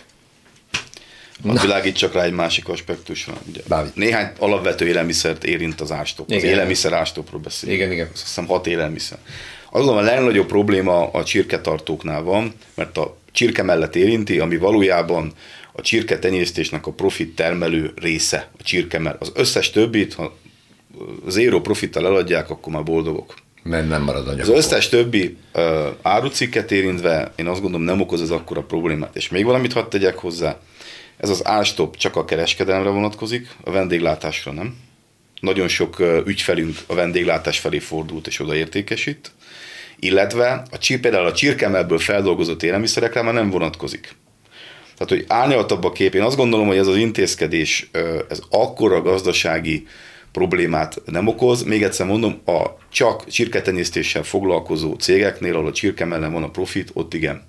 Speaker 3: A világít csak rá egy másik aspektusra. Ugye, néhány alapvető élelmiszert érint az ástop. Az élelmiszer ástopról beszélünk.
Speaker 2: Igen, igen.
Speaker 3: Azt hiszem hat élelmiszer. Az a legnagyobb probléma a csirketartóknál van, mert a csirke mellett érinti, ami valójában a csirke tenyésztésnek a profit termelő része, a csirke, mert az összes többit, ha zéró profittal eladják, akkor már boldogok.
Speaker 2: Mert nem marad anyag.
Speaker 3: Az összes többi uh, árucikket érintve, én azt gondolom, nem okoz ez akkora problémát. És még valamit hadd tegyek hozzá, ez az árstop csak a kereskedelemre vonatkozik, a vendéglátásra nem. Nagyon sok uh, ügyfelünk a vendéglátás felé fordult és oda értékesít, illetve a, például a csirkemelből feldolgozott élelmiszerekre már nem vonatkozik. Tehát, hogy árnyaltabb a kép, én azt gondolom, hogy ez az intézkedés, ez akkora gazdasági problémát nem okoz. Még egyszer mondom, a csak csirketenyésztéssel foglalkozó cégeknél, ahol a csirke mellett van a profit, ott igen.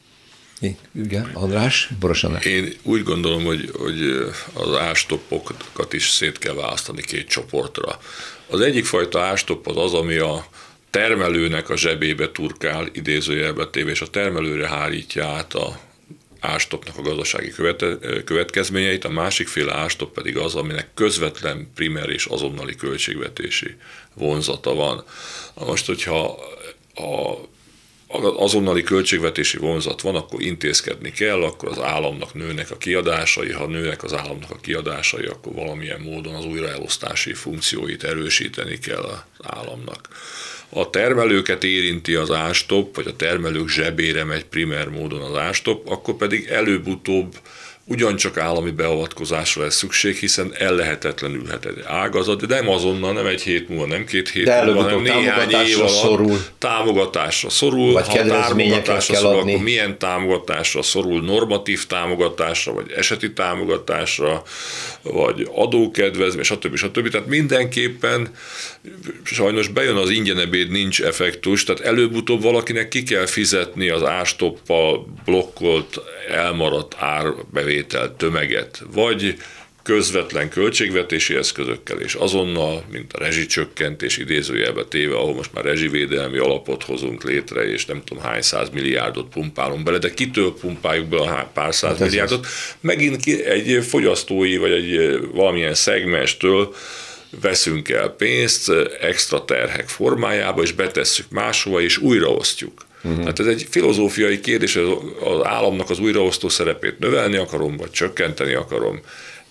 Speaker 2: Igen, András, Borosan.
Speaker 5: Én úgy gondolom, hogy, hogy az árstoppokat is szét kell választani két csoportra. Az egyik fajta árstopp az az, ami a termelőnek a zsebébe turkál, idézőjelbe téve, és a termelőre hárítja át a árstopnak a gazdasági következményeit, a másik féle árstop pedig az, aminek közvetlen, primer és azonnali költségvetési vonzata van. Most, hogyha a azonnali költségvetési vonzat van, akkor intézkedni kell, akkor az államnak nőnek a kiadásai, ha nőnek az államnak a kiadásai, akkor valamilyen módon az újraelosztási funkcióit erősíteni kell az államnak. A termelőket érinti az árstop, vagy a termelők zsebére megy primer módon az árstop, akkor pedig előbb-utóbb ugyancsak állami beavatkozásra lesz szükség, hiszen ellehetetlenülhet egy ágazat, de nem azonnal, nem egy hét múlva, nem két hét
Speaker 2: de
Speaker 5: múlva, hanem néhány év alatt
Speaker 2: szorul.
Speaker 5: támogatásra szorul.
Speaker 2: Vagy
Speaker 5: ha támogatásra
Speaker 2: kell
Speaker 5: szorul,
Speaker 2: adni.
Speaker 5: akkor milyen támogatásra szorul, normatív támogatásra, vagy eseti támogatásra, vagy adókedvezmény, stb. stb. Tehát mindenképpen sajnos bejön az ingyenebéd, nincs effektus, tehát előbb-utóbb valakinek ki kell fizetni az árstoppal blokkolt, elmaradt árbevétel tömeget, vagy közvetlen költségvetési eszközökkel, és azonnal, mint a rezsicsökkentés idézőjelbe téve, ahol most már rezsivédelmi alapot hozunk létre, és nem tudom hány száz milliárdot pumpálunk bele, de kitől pumpáljuk bele a pár száz hát milliárdot? Az. Megint egy fogyasztói, vagy egy valamilyen szegmenstől veszünk el pénzt extra terhek formájába, és betesszük máshova, és újraosztjuk. Uh-huh. Tehát ez egy filozófiai kérdés, hogy az államnak az újraosztó szerepét növelni akarom, vagy csökkenteni akarom.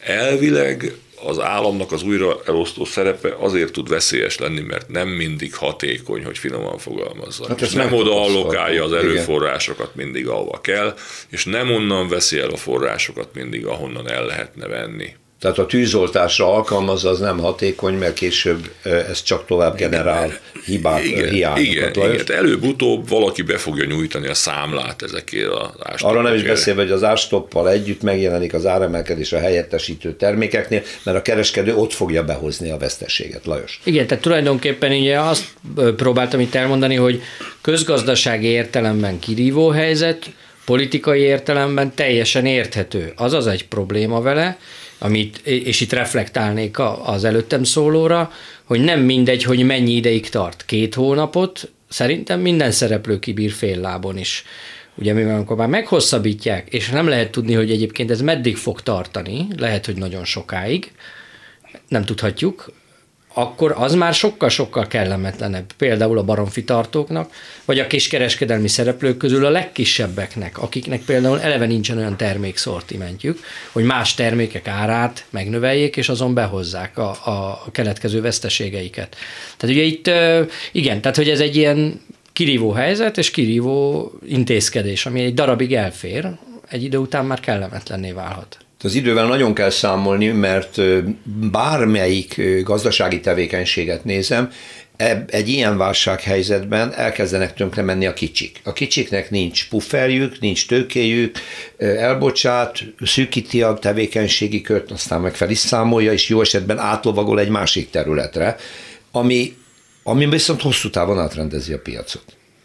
Speaker 5: Elvileg az államnak az újraelosztó szerepe azért tud veszélyes lenni, mert nem mindig hatékony, hogy finoman fogalmazza. Hát nem oda allokálja az erőforrásokat mindig, ahova kell, és nem onnan veszi el a forrásokat mindig, ahonnan el lehetne venni.
Speaker 2: Tehát a tűzoltásra alkalmazza, az nem hatékony, mert később ez csak tovább generál hibát,
Speaker 5: igen,
Speaker 2: hiányokat.
Speaker 5: Igen, igen. Előbb-utóbb valaki be fogja nyújtani a számlát ezekért az árstoppokért.
Speaker 2: Arra nem is beszélve, hogy az árstoppal együtt megjelenik az áremelkedés a helyettesítő termékeknél, mert a kereskedő ott fogja behozni a veszteséget. Lajos.
Speaker 4: Igen, tehát tulajdonképpen ugye azt próbáltam itt elmondani, hogy közgazdasági értelemben kirívó helyzet, politikai értelemben teljesen érthető. Azaz egy probléma vele, amit, és itt reflektálnék az előttem szólóra, hogy nem mindegy, hogy mennyi ideig tart. Két hónapot szerintem minden szereplő kibír fél lábon is. Ugye mivel amikor már meghosszabbítják, és nem lehet tudni, hogy egyébként ez meddig fog tartani, lehet, hogy nagyon sokáig, nem tudhatjuk, akkor az már sokkal-sokkal kellemetlenebb. Például a baromfitartóknak, vagy a kiskereskedelmi szereplők közül a legkisebbeknek, akiknek például eleve nincsen olyan termékszortimentjük, hogy más termékek árát megnöveljék, és azon behozzák a, a keletkező veszteségeiket. Tehát ugye itt, igen, tehát hogy ez egy ilyen kirívó helyzet, és kirívó intézkedés, ami egy darabig elfér, egy idő után már kellemetlenné válhat.
Speaker 2: Az idővel nagyon kell számolni, mert bármelyik gazdasági tevékenységet nézem, egy ilyen válsághelyzetben elkezdenek tönkre menni a kicsik. A kicsiknek nincs pufferjük, nincs tőkéjük, elbocsát, szűkíti a tevékenységi kört, aztán meg fel is számolja, és jó esetben átlovagol egy másik területre, ami, ami viszont hosszú távon átrendezi a piacot.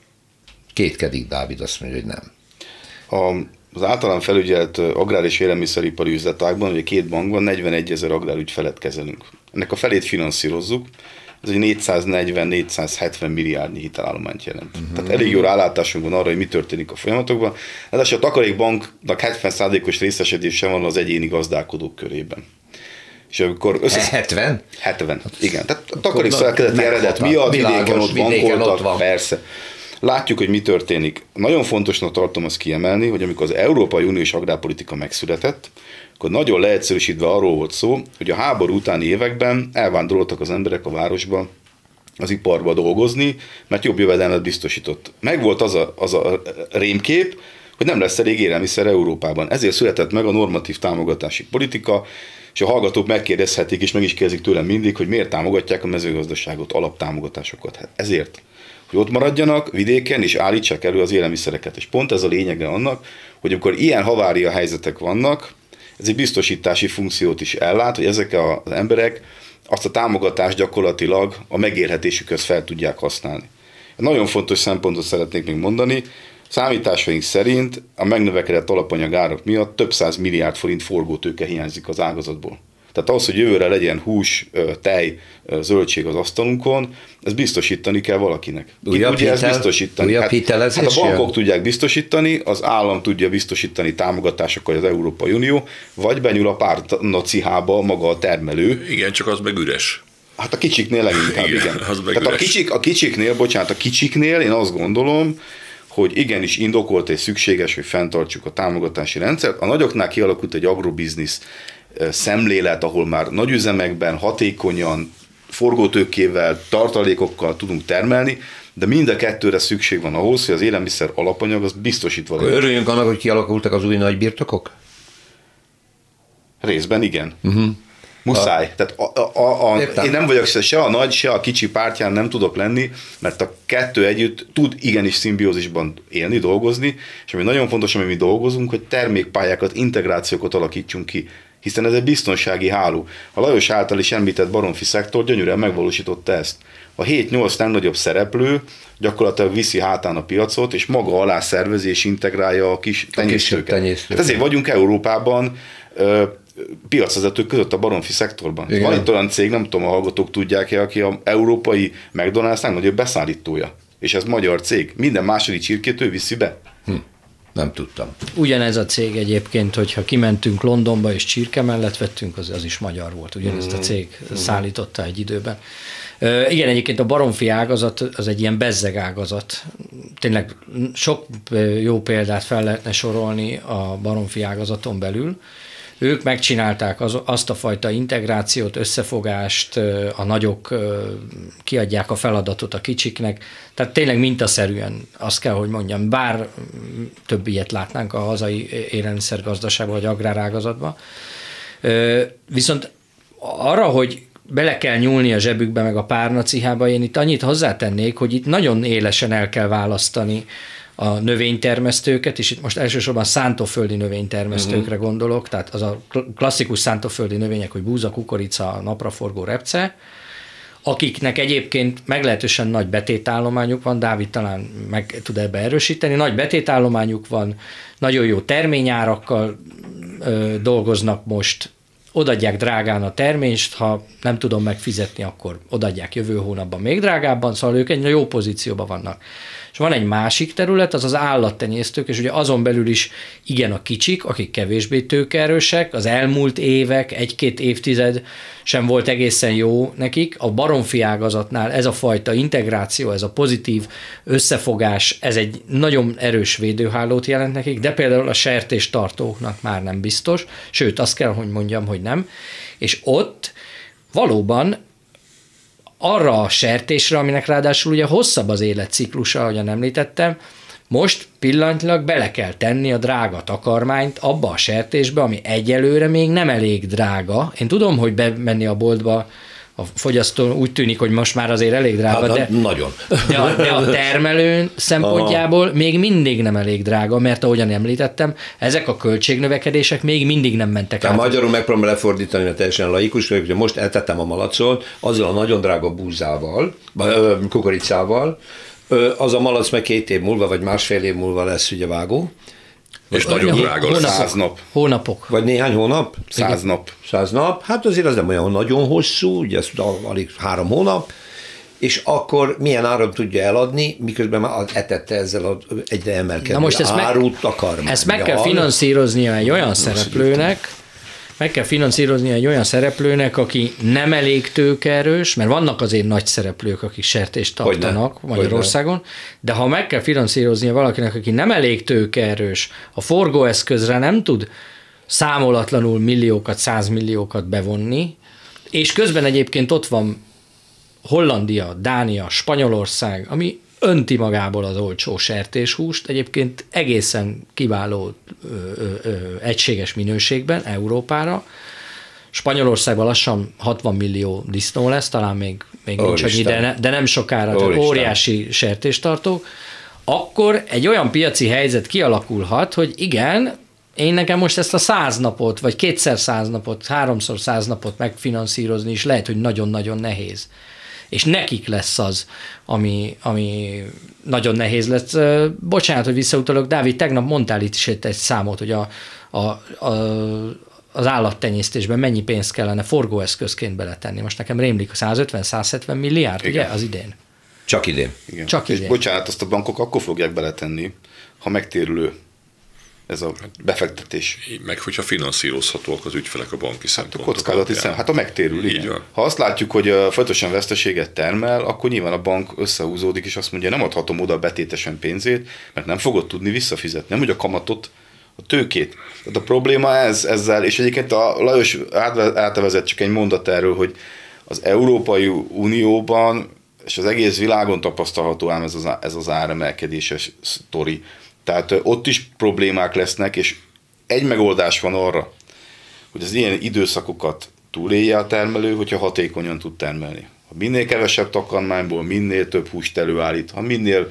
Speaker 2: Kétkedik Dávid, azt mondja, hogy nem.
Speaker 3: A Az általán felügyelt agrár- és élelmiszeripari üzletágban, ugye két bankban negyvenegy agrárügyfelet kezelünk. Ennek a felét finanszírozzuk, ez egy négyszáznegyven-négyszázhetven milliárdnyi hitelállományt jelent. Uh-huh. Tehát elég jó rálátásunk van arra, hogy mi történik a folyamatokban. Ez a takarékbanknak hetven százalékos részesedése van az egyéni gazdálkodók körében. És amikor összes...
Speaker 2: hetven?
Speaker 3: hetven, igen. Tehát a takarékszolgálati eredet miatt vidéken ott bankoltak, persze. Látjuk, hogy mi történik. Nagyon fontosnak tartom azt kiemelni, hogy amikor az Európai Uniós agrárpolitika megszületett, akkor nagyon leegyszerűsítve arról volt szó, hogy a háború utáni években elvándoroltak az emberek a városba, az iparba dolgozni, mert jobb jövedelmet biztosított. Megvolt az a, az a rémkép, hogy nem lesz elég élelmiszer Európában. Ezért született meg a normatív támogatási politika, és a hallgatók megkérdezhetik, és meg is kérdezik tőlem mindig, hogy miért támogatják a mezőgazdaságot, alaptámogatásokat. Hát ezért, hogy ott maradjanak vidéken, és állítsák elő az élelmiszereket. És pont ez a lényege annak, hogy amikor ilyen havária helyzetek vannak, ez egy biztosítási funkciót is ellát, hogy ezek az emberek azt a támogatást gyakorlatilag a megélhetésükhöz fel tudják használni. Nagyon fontos szempontot szeretnék még mondani, számításaink szerint a megnövekedett alapanyag árak miatt több száz milliárd forint forgótőke hiányzik az ágazatból. Tehát ahhoz, hogy jövőre legyen hús, tej, zöldség az asztalunkon, ezt biztosítani kell valakinek. Ki tudja ezt biztosítani? Hát, hát a bankok jön. Tudják biztosítani, az állam tudja biztosítani támogatásokkal az Európai Unió, vagy benyúl a párnacihába maga a termelő.
Speaker 5: Igen, csak az meg üres.
Speaker 3: Hát a kicsiknél leginkább, igen. igen. Tehát a, kicsik, a kicsiknél, bocsánat, a kicsiknél én azt gondolom, hogy igenis indokolt és szükséges, hogy fenntartsuk a támogatási rendszert. A nagyoknál kialakult egy agrobiznisz szemlélet, ahol már nagyüzemekben hatékonyan, forgótőkével, tartalékokkal tudunk termelni, de mind a kettőre szükség van ahhoz, hogy az élelmiszer alapanyag az biztosítva legyen.
Speaker 2: Örüljünk annak, hogy kialakultak az új nagy birtokok?
Speaker 3: Részben igen. Uh-huh. Muszáj. A, Tehát a, a, a, én nem vagyok se a nagy, se a kicsi pártján nem tudok lenni, mert a kettő együtt tud igenis szimbiózisban élni, dolgozni, és ami nagyon fontos, ami mi dolgozunk, hogy termékpályákat, integrációkat alakítsunk ki, hiszen ez egy biztonsági háló. A Lajos által is említett baromfi szektor gyönyörűen megvalósította ezt. A hét-nyolc legnagyobb szereplő gyakorlatilag viszi hátán a piacot, és maga alá szervezi és integrálja a kis tenyésztőket. Hát ezért vagyunk Európában ö, piacvezetők között a baromfi szektorban. Igen. Van itt olyan cég, nem tudom, a hallgatók tudják-e, aki a európai McDonald's legnagyobb beszállítója. És ez magyar cég. Minden második csirkét ő viszi be.
Speaker 2: Hm. Nem tudtam.
Speaker 4: Ugyanez a cég egyébként, hogyha kimentünk Londonba és csirke mellett vettünk, az, az is magyar volt. Ugyanezt a cég mm. szállította egy időben. Uh, igen, egyébként a baromfi ágazat az egy ilyen bezzeg ágazat. Tényleg sok jó példát fel lehetne sorolni a baromfi ágazaton belül. Ők megcsinálták az, azt a fajta integrációt, összefogást, a nagyok kiadják a feladatot a kicsiknek, tehát tényleg mintaszerűen azt kell, hogy mondjam, bár több ilyet látnánk a hazai élelmiszergazdaságban vagy agrárágazatban. Viszont arra, hogy bele kell nyúlni a zsebükbe meg a párnacihába, én itt annyit hozzátennék, hogy itt nagyon élesen el kell választani a növénytermesztőket, és itt most elsősorban szántóföldi növénytermesztőkre uh-huh. gondolok, tehát az a klasszikus szántóföldi növények, hogy búza, kukorica, napraforgó, repce, akiknek egyébként meglehetősen nagy betétállományuk van, Dávid talán meg tud ebbe erősíteni, nagy betétállományuk van, nagyon jó terményárakkal ö, dolgoznak most, odaadják drágán a termést, ha nem tudom megfizetni, akkor odaadják jövő hónapban még drágábban, szóval ők egy jó pozícióban vannak. és van egy másik terület, az az állattenyésztők, és ugye azon belül is igen a kicsik, akik kevésbé tőkeerősek, az elmúlt évek, egy-két évtized sem volt egészen jó nekik. A baromfi ágazatnál ez a fajta integráció, ez a pozitív összefogás, ez egy nagyon erős védőhálót jelent nekik, de például a sertéstartóknak már nem biztos, sőt azt kell, hogy mondjam, hogy nem. És ott valóban arra a sertésre, aminek ráadásul ugye hosszabb az életciklusa, ahogyan említettem, most pillanatilag bele kell tenni a drága takarmányt abba a sertésbe, ami egyelőre még nem elég drága. Én tudom, hogy bemenni a boltba a fogyasztó úgy tűnik, hogy most már azért elég drága,
Speaker 2: hát,
Speaker 4: de,
Speaker 2: nagyon.
Speaker 4: de, a, de a termelő szempontjából Aha. még mindig nem elég drága, mert ahogyan említettem, ezek a költségnövekedések még mindig nem mentek
Speaker 2: Tehát
Speaker 4: át.
Speaker 2: magyarul megpróbálom lefordítani, mert teljesen laikus vagyok, hogy most eltettem a malacot, azzal a nagyon drága búzával, kukoricával, az a malac meg két év múlva, vagy másfél év múlva lesz ugye vágó.
Speaker 5: És nagyon drága lesz.
Speaker 3: Száz nap.
Speaker 4: Hónapok.
Speaker 2: Vagy néhány hónap?
Speaker 3: Száz nap.
Speaker 2: Száz nap. Hát azért az nem olyan nagyon hosszú, ugye ez alig három hónap, és akkor milyen áron tudja eladni, miközben már etette ezzel az egyre emelkedő árut, takarmány.
Speaker 4: Ezt meg kell finanszíroznia egy olyan szereplőnek, meg kell finanszírozni egy olyan szereplőnek, aki nem elég tőkeerős, mert vannak azért nagy szereplők, akik sertést tartanak Hogyne. Magyarországon, Hogyne. de ha meg kell finanszíroznia valakinek, aki nem elég tőkeerős, a forgóeszközre nem tud számolatlanul milliókat, százmilliókat bevonni, és közben egyébként ott van Hollandia, Dánia, Spanyolország, ami önti magából az olcsó sertéshúst, egyébként egészen kiváló ö, ö, ö, egységes minőségben Európára. Spanyolországban lassan hatvan millió disznó lesz, talán még, még nincs annyi, de, ne, de nem sokára, tehát óriási sertéstartó. Akkor egy olyan piaci helyzet kialakulhat, hogy igen, én nekem most ezt a száz napot, vagy kétszer száz napot, háromszor száz napot megfinanszírozni is lehet, hogy nagyon-nagyon nehéz. És nekik lesz az, ami, ami nagyon nehéz lesz. Bocsánat, hogy visszautalok, Dávid, tegnap mondtál itt is egy számot, hogy a, a, a, az állattenyésztésben mennyi pénzt kellene forgóeszközként beletenni. Most nekem rémlik a százötven-százhetven milliárd, igen. Ugye, az idén?
Speaker 2: Csak idén.
Speaker 3: Igen.
Speaker 4: Csak
Speaker 3: és
Speaker 4: idén.
Speaker 3: Bocsánat, azt a bankok akkor fogják beletenni, ha megtérülő ez a befektetés.
Speaker 5: Meg hogyha finanszírozhatóak az ügyfelek a banki szempontok.
Speaker 3: A kockázati szem, hát a megtérül, igen.
Speaker 5: Van.
Speaker 3: Ha azt látjuk, hogy folyamatosan veszteséget termel, akkor nyilván a bank összehúzódik, és azt mondja, nem adhatom oda betétesen pénzét, mert nem fogod tudni visszafizetni. Nem, hogy a kamatot, a tőkét. Tehát a probléma ez ezzel, és egyébként a Lajos átvezet csak egy mondat erről, hogy az Európai Unióban és az egész világon tapasztalható ám ez az, ez az áremelkedéses sztori. Tehát ott is problémák lesznek, és egy megoldás van arra, hogy az ilyen időszakokat túlélje a termelő, hogyha hatékonyan tud termelni. Ha minél kevesebb takarmányból, minél több húst előállít, ha minél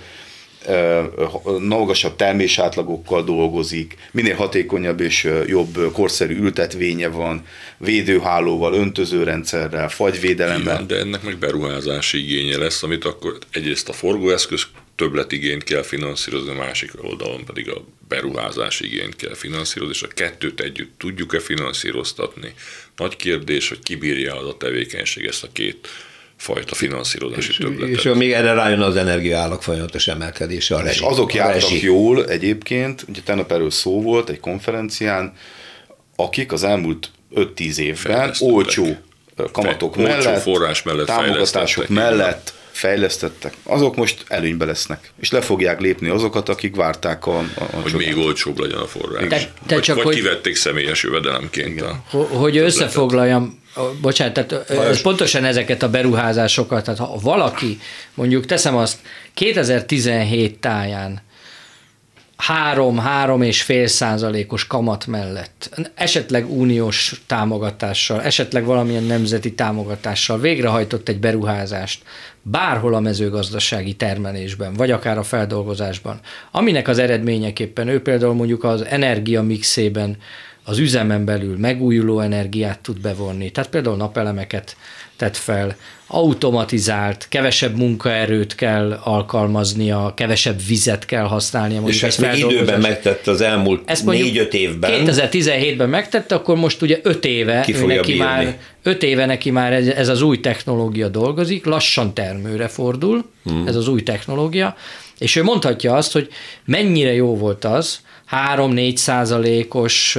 Speaker 3: magasabb termésátlagokkal dolgozik, minél hatékonyabb és jobb korszerű ültetvénye van, védőhálóval, öntözőrendszerrel, fagyvédelemmel.
Speaker 5: Igen, de ennek meg beruházási igénye lesz, amit akkor egyrészt a forgóeszköz többletigényt kell finanszírozni, a másik oldalon pedig a beruházási igényt kell finanszírozni, és a kettőt együtt tudjuk-e finanszíroztatni. Nagy kérdés, hogy ki bírja az a tevékenység ezt a két fajta finanszírozási többletet.
Speaker 2: És még erre rájön az energiaállak folyamatos emelkedése. A rezsi,
Speaker 3: és azok
Speaker 2: a
Speaker 3: jártak
Speaker 2: rezsi.
Speaker 3: jól egyébként, ugye tegnap erről szó volt egy konferencián, akik az elmúlt öt-tíz évben olcsó kamatok
Speaker 5: Olcsó
Speaker 3: mellett,
Speaker 5: forrás mellett
Speaker 3: támogatások mellett fejlesztettek, azok most előnybe lesznek, és le fogják lépni azokat, akik várták a, a, a
Speaker 5: Hogy
Speaker 3: csodát.
Speaker 5: még olcsóbb legyen a forrás.
Speaker 4: Te, te
Speaker 5: vagy
Speaker 4: csak
Speaker 5: vagy
Speaker 4: hogy,
Speaker 5: kivették személyes jövedelemként. A
Speaker 4: hogy összefoglaljam, bocsánat, tehát ez pontosan ezeket a beruházásokat, tehát ha valaki, mondjuk teszem azt, kétezer-tizenhét táján három, három és fél százalékos kamat mellett, esetleg uniós támogatással, esetleg valamilyen nemzeti támogatással végrehajtott egy beruházást bárhol a mezőgazdasági termelésben, vagy akár a feldolgozásban, aminek az eredményeképpen ő például mondjuk az energia mixében az üzemen belül megújuló energiát tud bevonni, tehát például napelemeket tett fel, automatizált, kevesebb munkaerőt kell alkalmaznia, kevesebb vizet kell használnia.
Speaker 2: És ezt még időben megtette az elmúlt négy-öt évben.
Speaker 4: kétezer-tizenhétben megtette, akkor most ugye öt éve, neki már, öt éve neki már ez, ez az új technológia dolgozik, lassan termőre fordul, hmm. ez az új technológia, és ő mondhatja azt, hogy mennyire jó volt az, három-négy százalékos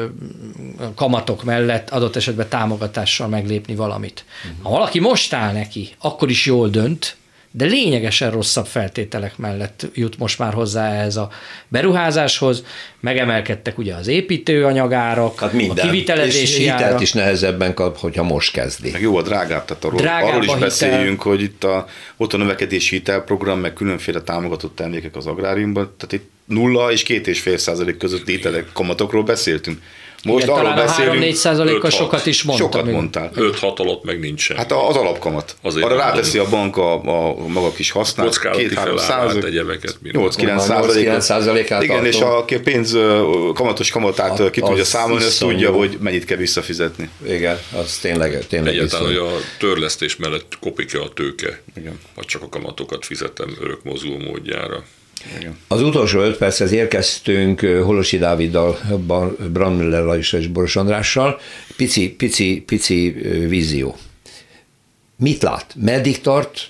Speaker 4: kamatok mellett adott esetben támogatással meglépni valamit. Uh-huh. Ha valaki most áll neki, akkor is jól dönt, de lényegesen rosszabb feltételek mellett jut most már hozzá ehhez a beruházáshoz. Megemelkedtek ugye az építőanyagárak, hát a kivitelezési árak. És
Speaker 2: hitelt is nehezebben kap, hogyha most kezdi.
Speaker 3: Meg jó a drágább, tehát arról, arról is beszéljünk, hogy itt a, ott a növekedési hitelprogram, meg különféle támogatott termékek az agráriumban, tehát itt nulla és két és fél százalék közötti hitelek kamatokról beszéltünk. Most
Speaker 4: igen, arról beszélünk. három-négy százalékkal sokat is mondtam.
Speaker 3: Sokat mondtál.
Speaker 5: öt-hat alatt meg nincsen.
Speaker 3: Hát az alapkamat. Azért arra ráteszi a bank a, a maga kis használat.
Speaker 5: két-három százalék.
Speaker 3: nyolc-kilenc százalékát. Igen, és a pénz kamatos kamatát a, ki tudja számolni, azt tudja, hogy mennyit kell visszafizetni.
Speaker 2: Igen, az tényleg, tényleg
Speaker 5: egyáltalán, hogy a törlesztés mellett kopik-e a tőke, igen. Vagy csak a kamatokat fizettem örök mozgó módjára.
Speaker 2: Igen. Az utolsó öt perchez érkeztünk Holosi Dáviddal, Brandmüller Lajossal és Boros Andrással. Pici, pici, pici vízió. Mit lát? Meddig tart?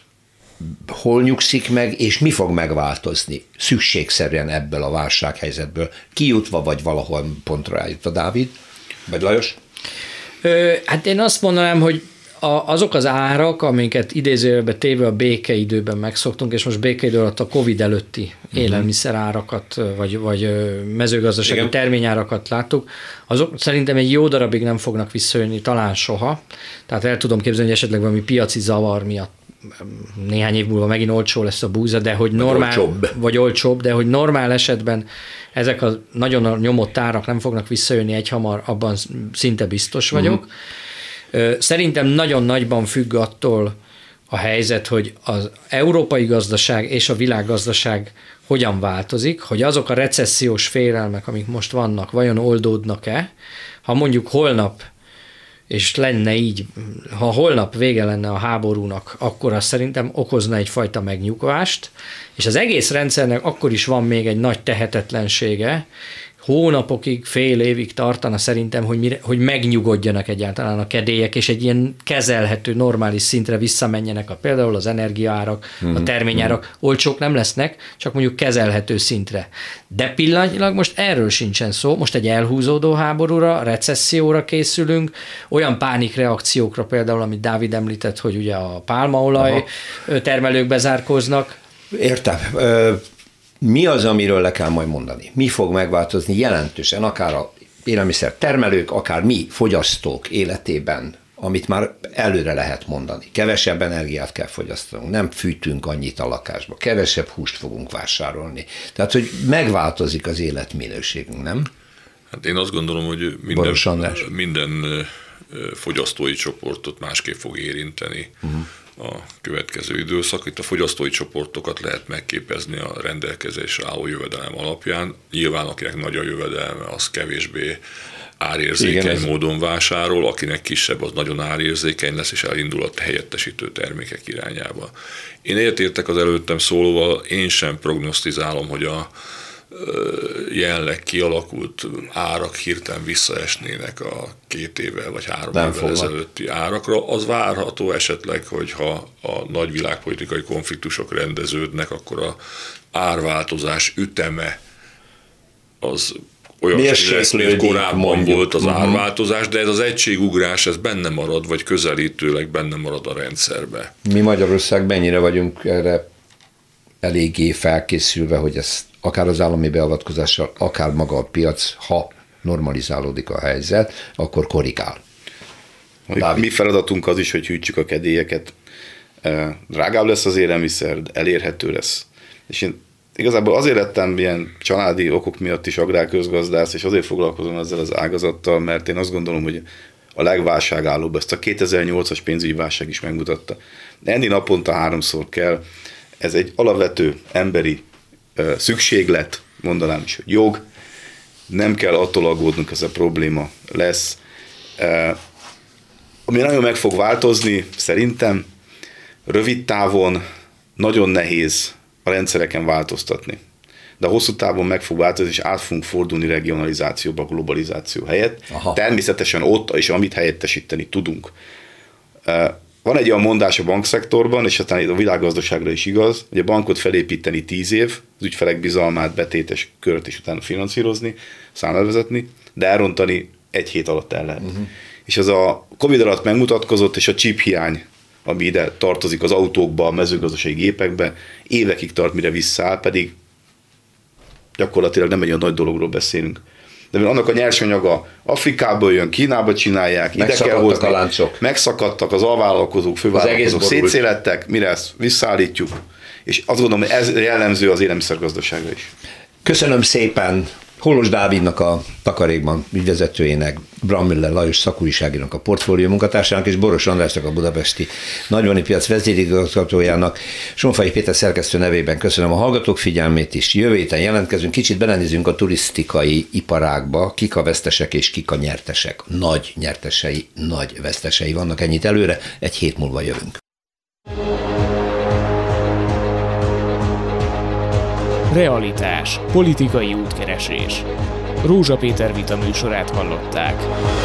Speaker 2: Hol nyugszik meg? És mi fog megváltozni szükségszerűen ebből a válsághelyzetből? Kijutva, vagy valahol pontra eljut a Dávid? Vagy Lajos?
Speaker 4: Ö, hát én azt mondanám, hogy A, azok az árak, amiket idézőjelbe téve a békeidőben megszoktunk, és most békeidő alatt a Covid előtti élelmiszer árakat, vagy, vagy mezőgazdasági igen. terményárakat láttuk, azok szerintem egy jó darabig nem fognak visszajönni, talán soha. Tehát el tudom képzelni, hogy esetleg valami piaci zavar miatt néhány év múlva megint olcsó lesz a búza, de hogy normál, vagy olcsóbb, vagy olcsóbb de hogy normál esetben ezek a nagyon nyomott árak nem fognak visszajönni egyhamar, abban szinte biztos vagyok. Uh-huh. Szerintem nagyon nagyban függ attól a helyzet, hogy az európai gazdaság és a világgazdaság hogyan változik, hogy azok a recessziós félelmek, amik most vannak, vajon oldódnak-e. Ha mondjuk holnap, és lenne így, ha holnap vége lenne a háborúnak, akkor az szerintem okozna egyfajta megnyugvást, és az egész rendszernek akkor is van még egy nagy tehetetlensége, hónapokig, fél évig tartana szerintem, hogy, mire, hogy megnyugodjanak egyáltalán a kedélyek, és egy ilyen kezelhető, normális szintre visszamenjenek a, például az energiaárak, mm-hmm. a terményárak. Olcsók nem lesznek, csak mondjuk kezelhető szintre. De pillanatnyilag most erről sincsen szó, most egy elhúzódó háborúra, recesszióra készülünk, olyan pánikreakciókra például, amit Dávid említett, hogy ugye a pálmaolaj Aha. termelők bezárkóznak.
Speaker 2: Értem. Mi az, amiről le kell majd mondani? Mi fog megváltozni jelentősen, akár a élelmiszer termelők, akár mi fogyasztók életében, amit már előre lehet mondani. Kevesebb energiát kell fogyasztanunk, nem fűtünk annyit a lakásba, kevesebb húst fogunk vásárolni. Tehát, hogy megváltozik az életminőségünk, nem?
Speaker 5: Hát én azt gondolom, hogy minden, minden fogyasztói csoportot másképp fog érinteni. Uh-huh. A következő időszak. Itt a fogyasztói csoportokat lehet megképezni a rendelkezésre álló jövedelem alapján. Nyilván, akinek nagy a jövedelme, az kevésbé árérzékeny igen, módon vásárol, akinek kisebb, az nagyon árérzékeny lesz, és elindul a helyettesítő termékek irányába. Én egyetértek az előttem szólóval, én sem prognosztizálom, hogy a jelenleg kialakult árak hirtelen visszaesnének a két évvel vagy három nem évvel fognak. Ezelőtti árakra. Az várható esetleg, hogyha a nagy világpolitikai konfliktusok rendeződnek, akkor a árváltozás üteme az olyan lesz, mint korábban mondjuk. Volt az uh-huh. árváltozás, de ez az egységugrás, ez benne marad, vagy közelítőleg benne marad a rendszerbe.
Speaker 2: Mi Magyarország mennyire vagyunk erre eléggé felkészülve, hogy ezt akár az állami beavatkozással, akár maga a piac, ha normalizálódik a helyzet, akkor korrigál.
Speaker 3: Mi feladatunk az is, hogy hűtsük a kedélyeket. Drágább lesz az élelmiszer, elérhető lesz. És én igazából azért lettem ilyen családi okok miatt is agrárközgazdász, és azért foglalkozom ezzel az ágazattal, mert én azt gondolom, hogy a legválságállóbb, ezt a kétezer-nyolcas pénzügyi válság is megmutatta. Enni naponta háromszor kell, ez egy alapvető emberi uh, szükséglet, mondanám is, hogy jog, nem kell attól aggódnunk, ez a probléma lesz. Uh, Ami nagyon meg fog változni, szerintem rövid távon nagyon nehéz a rendszereken változtatni. De hosszú távon meg fog változni, és át fogunk fordulni regionalizációba, globalizáció helyett. Aha. Természetesen ott, és amit helyettesíteni tudunk. Van egy olyan mondás a bankszektorban, és aztán a világgazdaságra is igaz, hogy a bankot felépíteni tíz év, az ügyfelek bizalmát, betétes kört és utána finanszírozni, számlavezetni, de elrontani egy hét alatt el lehet. Uh-huh. És az a Covid alatt megmutatkozott, és a chip hiány, ami ide tartozik az autókba, a mezőgazdasági gépekbe, évekig tart, mire visszaáll, pedig gyakorlatilag nem egy olyan nagy dologról beszélünk. De annak a nyersanyaga Afrikából jön, Kínába csinálják, ide kell hozni, a láncok. Megszakadtak az alvállalkozók, fővállalkozók, szétszélettek, mire ezt visszaállítjuk, és azt gondolom, hogy ez jellemző az élelmiszergazdaságra is.
Speaker 2: Köszönöm szépen Holos Dávidnak, a Takarékbank ügyvezetőjének, Brammüller Lajos szakújságírónak, a portfólió munkatársának, és Boros Andrásnak, a budapesti nagyvani piac vezérigazgatójának, Sonfai Péter szerkesztő nevében köszönöm a hallgatók figyelmét is. Jövő héten jelentkezünk, kicsit belenézünk a turisztikai iparágba, kik a vesztesek és kik a nyertesek. Nagy nyertesei, nagy vesztesei vannak, ennyit előre, egy hét múlva jövünk.
Speaker 1: Realitás. Politikai útkeresés. Rózsa Péter vita műsorát hallották.